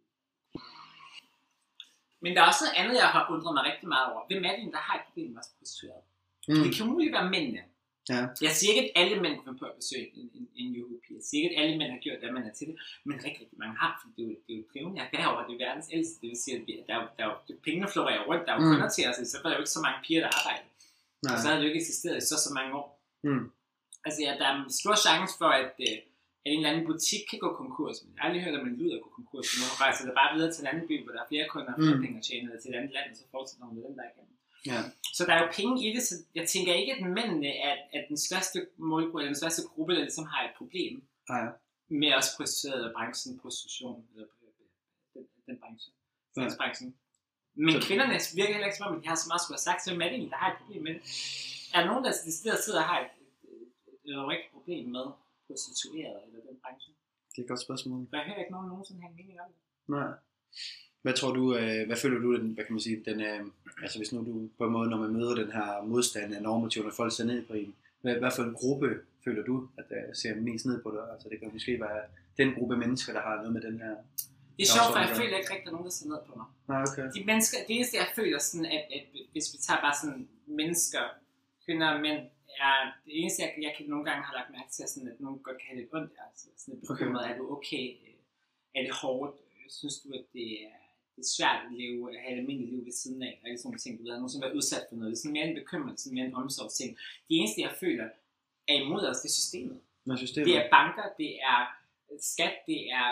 men der er også noget andet, jeg har undret mig rigtig meget over. Hvem er det, der har et problem med os prostituerede? Det kan muligt være mændene. Ja. Jeg siger ikke, at alle mænd kan på at besøge en juhu-pige. Jeg siger ikke, at alle mænd har gjort, hvad man er til det. Men rigtig mange har, for det er jo drivende. Derovre, det er verdens ældste. Det vil sige, at der er jo pengene florerer rundt. Der er jo kunder til os, så var der jo ikke så mange piger, der arbejder. Og så havde det jo ikke eksisteret i så mange år. Altså, ja, der er en stor chance for, at en eller anden butik kan gå konkurs. Men jeg har aldrig hørt, at man lyder gå konkurs. Nu rejser det bare videre til en anden by, hvor der er flere kunder og flere penge at tjene, eller til et andet land, og så fortsætter man med den der igen. Ja. Så der er jo penge i det, så jeg tænker ikke, at mændene er den største målgruppe, eller den største gruppe, der ligesom har et problem med os prostituerede og branchen, prostitution, eller den branche, branchen. Men kvinderne virker heller ikke som om, at de har så meget skulle have sagt, så er det der har et problem med det. Er der nogen, der sidder og har et rigtigt problem med prostituerede eller den branche? Det er et godt spørgsmål. For jeg hører ikke nogen nogensinde have en mening om det. Nej. Hvad tror du, hvad føler du, hvad kan man sige, altså hvis nu du på en måde, når man møder den her modstand af normativerne, når folk ser ned på en, hvad for en gruppe føler du, at ser mest ned på dig? Altså det kan måske være den gruppe mennesker, der har noget med den her... Det er sjovt, for jeg føler ikke rigtig, at nogen, der ser ned på mig. Nej, okay. De mennesker, det eneste jeg føler sådan, at hvis vi tager bare sådan mennesker, kvinder og mænd, er det eneste, jeg kan nogle gange har lagt mærke til, sådan, at nogen godt kan have lidt ondt, altså sådan et bekymret, er du okay, er det hårdt, synes du, at det er svært at have et almindeligt liv ved siden af, og sådan nogle ting, du ved, nogen som er udsat for noget, det er sådan mere en bekymring, sådan mere en omsorgsting. Det eneste, jeg føler, er imod os, det er systemet. Det er banker, det er skat, det er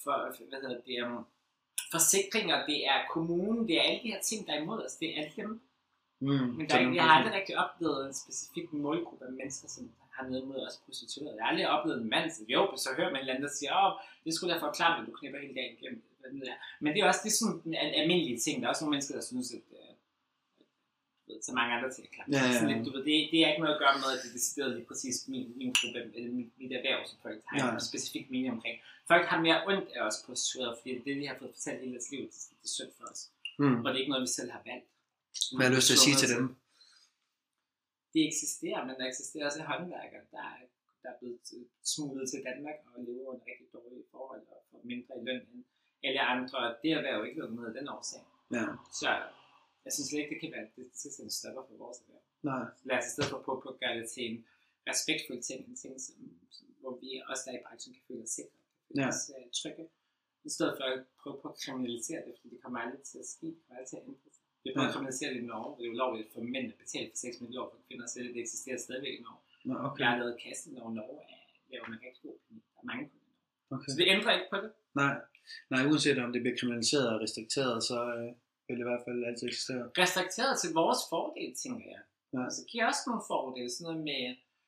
forsikringer, det er kommunen, det er alle de her ting, der er imod os, det er alle dem. Men jeg har aldrig rigtig oplevet en specifik målgruppe af mennesker, som har noget mod os prostituerede. Jeg har aldrig oplevet en mand, så hører man en eller anden, der siger, det skulle derfor klart, at du knipper hele dagen igennem. Men det er også det er sådan en almindelige ting. Der er også nogle mennesker, der synes, at så mange andre ting er klart. Lidt, du ved, det er ikke noget at gøre med, at det er decideret lige præcis min gruppe, eller mit erhverv, som folk har en specifik mening omkring. Folk har mere ondt af os prostituerede, fordi det vi har fået fortalt hele deres liv, det er synd for os. Og det er ikke noget, vi selv har valgt. Hvad har du lyst til at sige til dem? Det eksisterer, men der eksisterer også håndværkere, der er blevet smuglet til Danmark og lever under rigtig dårlige forhold og får mindre i løn end alle andre. Det er jo ikke noget med den årsag. Ja. Så jeg synes ikke, det kan være, det skal sætte en stopper for vores erhverv. Nej. Lad os i stedet for på at gøre det til en respektfuld ting, en ting, hvor vi også der i branchen kan føle os sikre, kan føle os trygge, i stedet for at prøve på at kriminalisere det, fordi det kommer aldrig til at ske, det kommer aldrig til at ændre sig. Vi prøver at kriminalisere det i Norge, det er jo lovligt for mænd at betale for 6 millioner for kvinder, så det eksisterer stadigvæk i Norge. Okay. Jeg har lavet casting over Norge, laver en rigtig god klinik, der er mange på det. Okay. Så det ændrer ikke på det. Nej, uanset om det bliver kriminaliseret og restrikteret, så vil det i hvert fald altid eksistere. Restrikteret til vores fordel, tænker jeg. Ja. Så giver også nogle fordele, sådan noget med,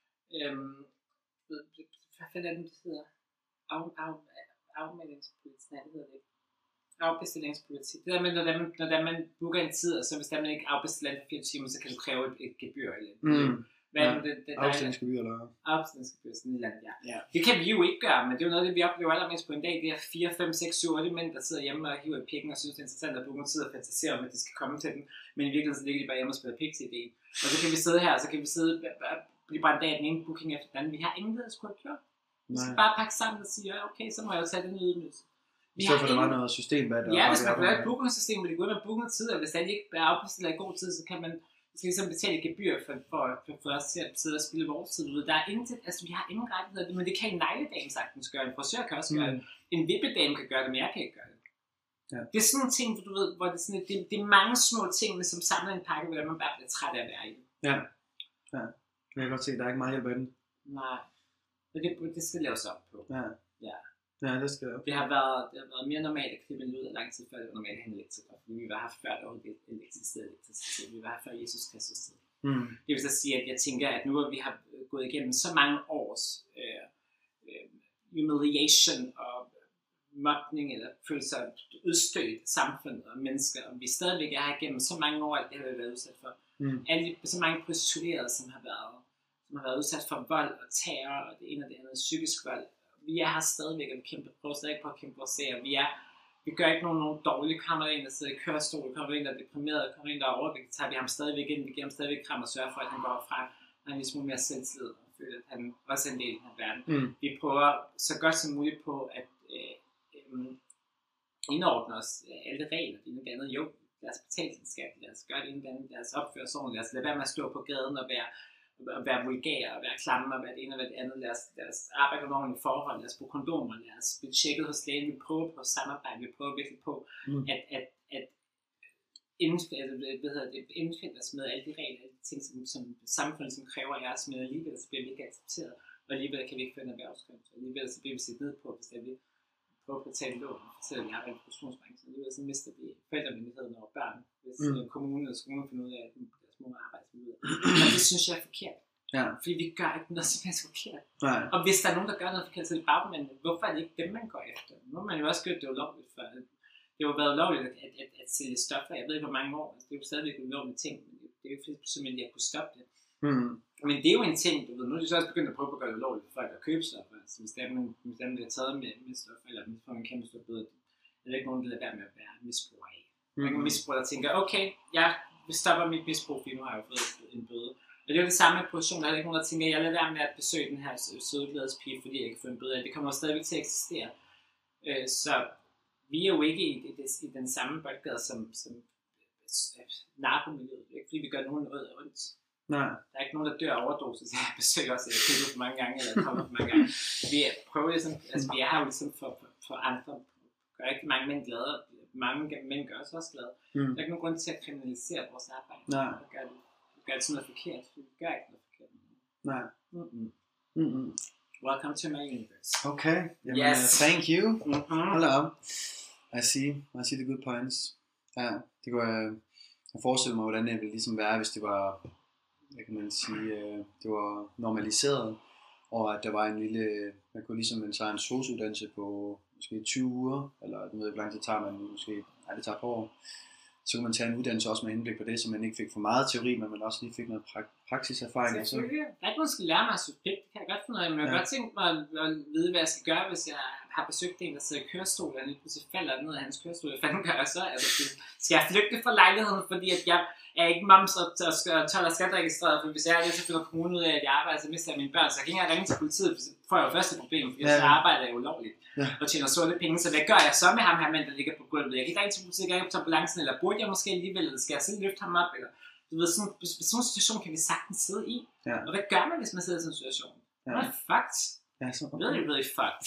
hvad fanden er det, det hedder? Afmeldingspolitik, nej, det hedder det ikke. Afbestillingspolitik. Det der med, når man booker en tid, og så hvis man ikke afbestiller for 4 timer, så kan du kræve et gebyr eller hvad er det? Afbestillingsgebyr eller hvad? Afbestillingsgebyr, sådan et eller andet, ja. Det kan vi jo ikke gøre, men det er jo noget, det vi oplever allermest på en dag. Det er 4, 5, 6, 7, 8 mænd, der sidder hjemme og hiver i pikken og synes, det er interessant at booke en tid og fantasere om, at de skal komme til den. Men i virkeligheden så ligger de bare hjemme og spiller pik-tv. Og så kan vi sidde her, og så kan vi sidde og blive bare en dag af den ene booking efter den anden. Vi har ingen ved at skulle have gjort. Vi skal bare pakke sammen og sige, okay, så må jeg jo tage den ydmygelse. I stedet for, der var noget system bag det. Ja, hvis man kan lave et bookingsystem, hvor de går ud med booking tid, og hvis alle ikke er afbestiller i god tid, så kan man ligesom betale et gebyr for os til at sidde og spille vores tid ud. Der er intet, altså vi har ingen rettigheder, men det kan en negledame sagtens gøre, en frisør kan også gøre det, en vippedame kan gøre det, men jeg kan ikke gøre det. Ja. Det er sådan en ting, hvor du ved, hvor det er mange små ting, som samler en pakke, hvor man bare bliver træt af at være i det. Ja, det kan jeg godt se, der er ikke meget hjælp af den. Nej, men det skal laves op på. Ja, det skal det har været mere normalt at klippe en lyd af lang tid før det var normalt at have en elektriker. Vi var her før der var elektricitet. Vi var her før Jesus Kristus tid. Det vil så sige, at jeg tænker, at nu hvor vi har gået igennem så mange års humiliation og mobning eller følelser af udstødt samfundet og mennesker, og vi stadigvæk er her igennem så mange år, at det har vi været udsat for. Så mange prostituerede, som har været udsat for vold og terror og det ene og det andet, psykisk vold, vi er her stadigvæk, og vi prøver stadig på at kæmpe vores sager. Vi gør ikke nogen dårlige. Kommer der en, der sidder i kørestol, kommer der en, der er deprimeret, kommer der en, der er overvægtig, tager vi ham stadigvæk ind, vi giver ham stadigvæk kram og sørger for, at han går fra, og han er en smule mere selvtillid, og føler, at han også er en del af den her verden. Vi prøver så godt som muligt på at indordne os alle regler, det er andet. Jo, lad os betale sin skat, lad os gøre det inden andet, lad os opføre sig ordentligt, lad os lade være med at stå på gaden og være vulgære, og være klamme, og være det ene og være det andet, lad os arbejde under ordentlige forhold, lad os bruge kondomer, lad os blive tjekket hos lægen, vi prøver på at samarbejde, vi prøver virkelig på at indfinde os med alle de regler, alle de ting, som samfundet som kræver af os, men alligevel så bliver vi ikke accepteret, og alligevel kan vi ikke få en erhvervskonto, og alligevel så bliver vi set ned på, hvis det er vi prøver på at tage lån, selvom vi arbejder i produktionsbranchen, alligevel så mister vi forældremyndigheden over børn, hvis kommunen eller skolen finder ud af, at deres mor arbejder med ud. Og det synes jeg er forkert. Ja. Fordi vi gør ikke noget som helst forkert. Nej. Og hvis der er nogen, der gør noget forkert, så er det bagmændene. Hvorfor er det ikke dem, man går efter? Nu har man jo også gjort det ulovligt før. Det har jo været ulovligt at sælge stoffer. Jeg ved ikke, hvor mange år. Altså, det er jo stadigvæk en ulovlig ting. Men det er jo simpelthen, at jeg kunne stoppe det. Men det er jo en ting, du ved. Nu er de så også begyndt at prøve at gøre det ulovligt for folk at købe stoffer. Altså, hvis der bliver taget med stoffer, eller hvis man får en kæmpe stor bøde, er der ikke nogen, der lader være med at være misbruger af. Der er ikke misbruger, der tænker, okay, jeg stopper mit misbrug, fordi nu har jeg jo fået en bøde. Og det er jo det samme med produktion, der er ikke nogen, der tænker, jeg lader være med at besøge den her søde glædespige, fordi jeg ikke får en bøde af. Det kommer stadigvæk til at eksistere. Så vi er jo ikke i den samme boldgade som narkomiljøet. Det er ikke fordi, vi gør nogen noget ondt. Nej. Der er ikke nogen, der dør af overdosis til at besøge os, eller køber for mange gange, eller kommer for mange gange. Vi prøver ligesom, altså vi er her jo ligesom for andre. Gør rigtig mange mænd glade, mange mænd gør os også glade. Der er ikke nogen grund til at kriminalisere vores arbejde. Nej. Og gør det sådan noget forkert, for vi gør ikke noget forkert. Nej. Welcome to my universe. Okay, yes. Thank you. Hold up. I see the good points. Ja, det kunne jeg forestille mig, hvordan det ville ligesom være, hvis det var, hvad kan man sige, det var normaliseret, og at der var en lille, man kunne ligesom tage en sosu-uddannelse på måske 20 uger, eller jeg ved ikke, hvor lang tid tager man måske, det tager på år. Så kunne man tage en uddannelse også med henblik på det, så man ikke fik for meget teori, men man også lige fik noget praksiserfaring. Selvfølgelig. Der er ikke nogen, der skal lære mig at suspekt, det kan jeg godt finde ud af, men jeg kan godt tænke mig at vide, hvad jeg skal gøre, hvis jeg har besøgt en, der sidder i kørestol, og lige pludselig falder ned af hans kørestol. Hvad fanden gør jeg så? Altså, skal jeg flygte fra lejligheden, fordi at jeg er ikke moms og 12 skatteregistreret, for hvis jeg er det, så finder kommunen ud af, at jeg arbejder, så mister jeg mine børn, så jeg kan ikke engang ringe til politiet, for så får jeg jo første problem, fordi så arbejder jeg ulovligt og tjener sorte penge, så hvad gør jeg så med ham her mand, der ligger på gulvet? Jeg kan ikke ringe til politiet, jeg kan ikke på ambulancen, eller burde jeg måske alligevel, eller skal jeg selv løfte ham op, eller du ved, sådan en situation kan vi sagtens sidde i, og hvad gør man, hvis man sidder i sådan en situation? Man er fucked. Really fucked.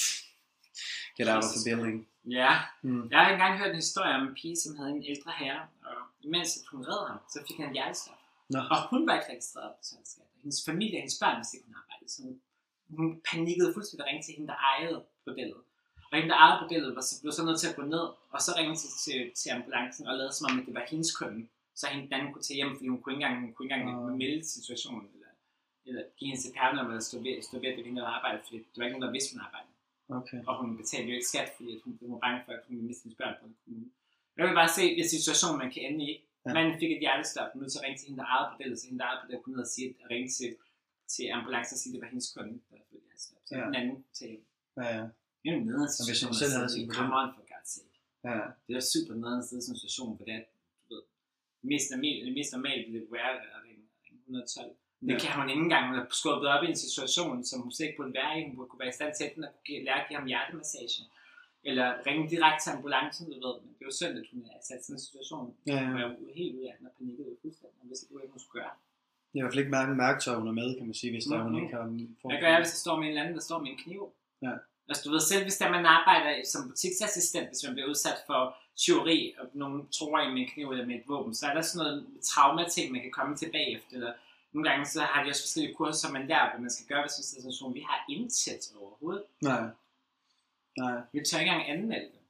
Get out of the building. Ja, jeg har engang hørt en historie om en pige, som havde en ældre herre, og imens hun redde ham, så fik han hjertestop. Og hun var ikke registreret på tolvskat. Hendes familie og hendes børn vidste ikke, hun arbejdede. Så hun panikkede fuldstændig at ringe til hende, der ejede bordellet. Og hende, der ejede bordellet, blev så nødt til at gå ned, og så ringe til ambulancen og lade som om, at det var hendes kunde. Så hende den kunne tage hjem, fordi hun kunne ikke engang melde situationen, eller give hende CPR-nummer, eller stå ved, at hende der arbejdede, fordi det var ikke nogen, der vidste, hun arbejdede. Okay. Og hun betalte jo ikke skat, fordi hun var bange for, at hun ville miste hendes børn på en kommune. Jeg vil bare se, en situation, man kan ende i. Manden fik et hjertestop, nu så ringte til hende, der ejede bordellet, så hende, der ejede bordellet, kunne ned og sige, at ringe til ambulancen og sige, at det var hendes kunde, der fik et hjertestop. Så den anden til hjem. Det er jo nederen situation, hvis hun selv havde sin come on for God's sake. Det er super nederen situation, for det er, du ved, mest normalt vil det være, at ringe 112. Det kan hun ikke engang skubbet op i en situation, som hun ikke burde være i. Hun burde kunne være i stand til at lære at give ham hjertemassage. Eller ringe direkte til ambulancen, du ved. Men det er jo synd, at hun er sat i sådan en situation. Hvor jeg er helt ud af den og panikkede fuldstændig. Og hvis ikke hun skulle gøre. Det er i hvert fald ikke mange mærktøjer, hun er med, kan man sige, hvis der hun ikke har... Hvad gør jeg, hvis jeg står med en eller anden, der står med en kniv? Ja. Altså du ved selv, hvis der man arbejder som butiksassistent, hvis man bliver udsat for tyveri, og nogen tror en med en kniv eller med et våben, så er der sådan noget traumating, man kan komme tilbage efter. Eller nogle gange så har de også forskellige kurser, som man lærer, hvad man skal gøre, hvis man sidder i sådan en situation. Vi har intet overhovedet. Nej. Vi tør ikke engang anmelde det.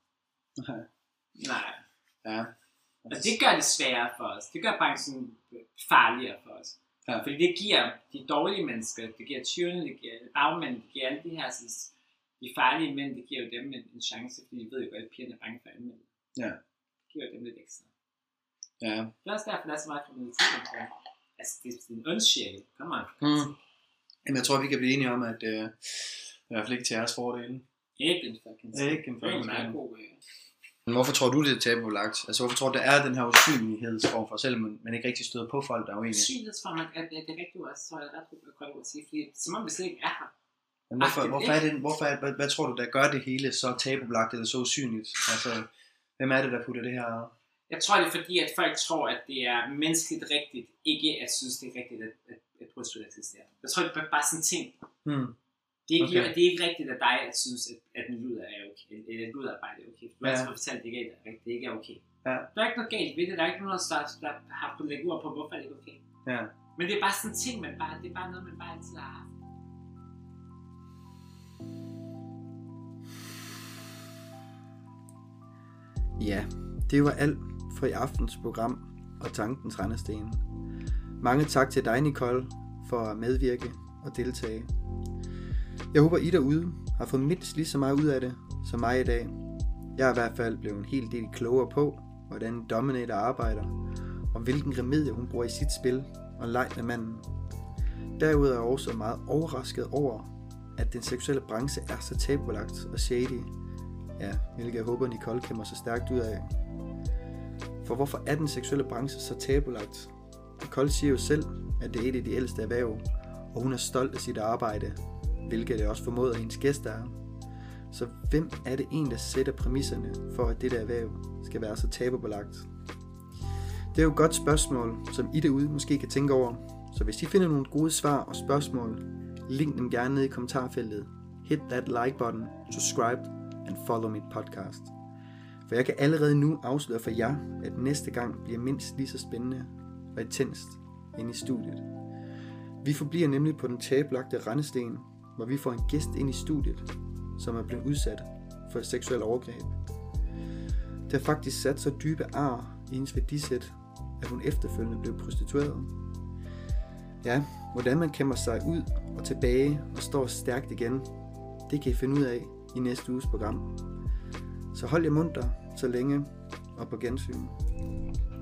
Nej. Ja. Og det gør det sværere for os. Det gør branchen farligere for os. Ja. Fordi det giver de dårlige mennesker, det giver tyvene, det giver bagmænd, det giver alle de her sådan, de farlige mænd, det giver jo dem en chance, fordi de ved jo godt, at pigerne er bange for at anmelde. Ja. Det giver jo dem lidt ekstra. Ja. Det er også derfor, der er så meget kriminalitet. Altså, det er en ondcirkel. Kom on. Jamen, jeg tror, vi kan blive enige om, at I hvert fald ikke til jeres fordele. Ikke en fucking Ikke en Det er fucking en meget skam. god Men hvorfor tror du, det er tabubelagt? Altså, hvorfor tror du, der er den her usynlighedsform for, selvom man ikke rigtig støder på folk, der er uenige? synlighedsform, at det er rigtigt også, tror jeg, ret godt at sige, fordi som om vi slet ikke er her. Men hvad tror du, der gør det hele så tabubelagt eller så usynligt? Altså, hvem er det, der putter det her? Jeg tror, det er fordi, at folk tror, at det er menneskeligt rigtigt, ikke at synes, det er rigtigt, at prostitueret eksisterer. Jeg tror, det er bare sådan en ting. Det er ikke, det er ikke rigtigt af dig, at synes, at en luder er okay, eller et luderarbejde er okay. Du har altid fortalt, at det ikke er okay. Ja. Der er ikke noget galt ved det, der er ikke nogen, der har kunnet lægge ord på, hvorfor det ikke er okay. Ja. Men det er bare sådan en ting, det er bare noget, man bare altid har haft. Ja, det var alt for i aftens program og Tankens Rendesten. Mange tak til dig, Nicole, for at medvirke og deltage. Jeg håber, I derude har fået mindst lige så meget ud af det som mig i dag. Jeg er i hvert fald blevet en hel del klogere på, hvordan Dominator arbejder, og hvilken remedie hun bruger i sit spil og leg med manden. Derudover er jeg også meget overrasket over, at den seksuelle branche er så tabubelagt og shady. Ja, hvilket jeg håber, Nicole kæmper så stærkt ud af. For hvorfor er den seksuelle branche så tabubelagt? Nicole siger jo selv, at det er et af de ældste erhverv, og hun er stolt af sit arbejde, hvilket det også formoder hendes gæster er. Så hvem er det en, der sætter præmisserne for, at dette erhverv skal være så tabubelagt? Det er jo et godt spørgsmål, som I derude måske kan tænke over. Så hvis I finder nogle gode svar og spørgsmål, link dem gerne ned i kommentarfeltet. Hit that like button, subscribe and follow mit podcast. For jeg kan allerede nu afsløre for jer, at næste gang bliver mindst lige så spændende og intenst inde i studiet. Vi forbliver nemlig på den tabubelagte rendesten, hvor vi får en gæst ind i studiet, som er blevet udsat for et seksuelt overgreb. Det har faktisk sat så dybe ar i hendes værdisæt, at hun efterfølgende blev prostitueret. Ja, hvordan man kæmper sig ud og tilbage og står stærkt igen, det kan I finde ud af i næste uges program. Så hold jer munter så længe og på gensyn.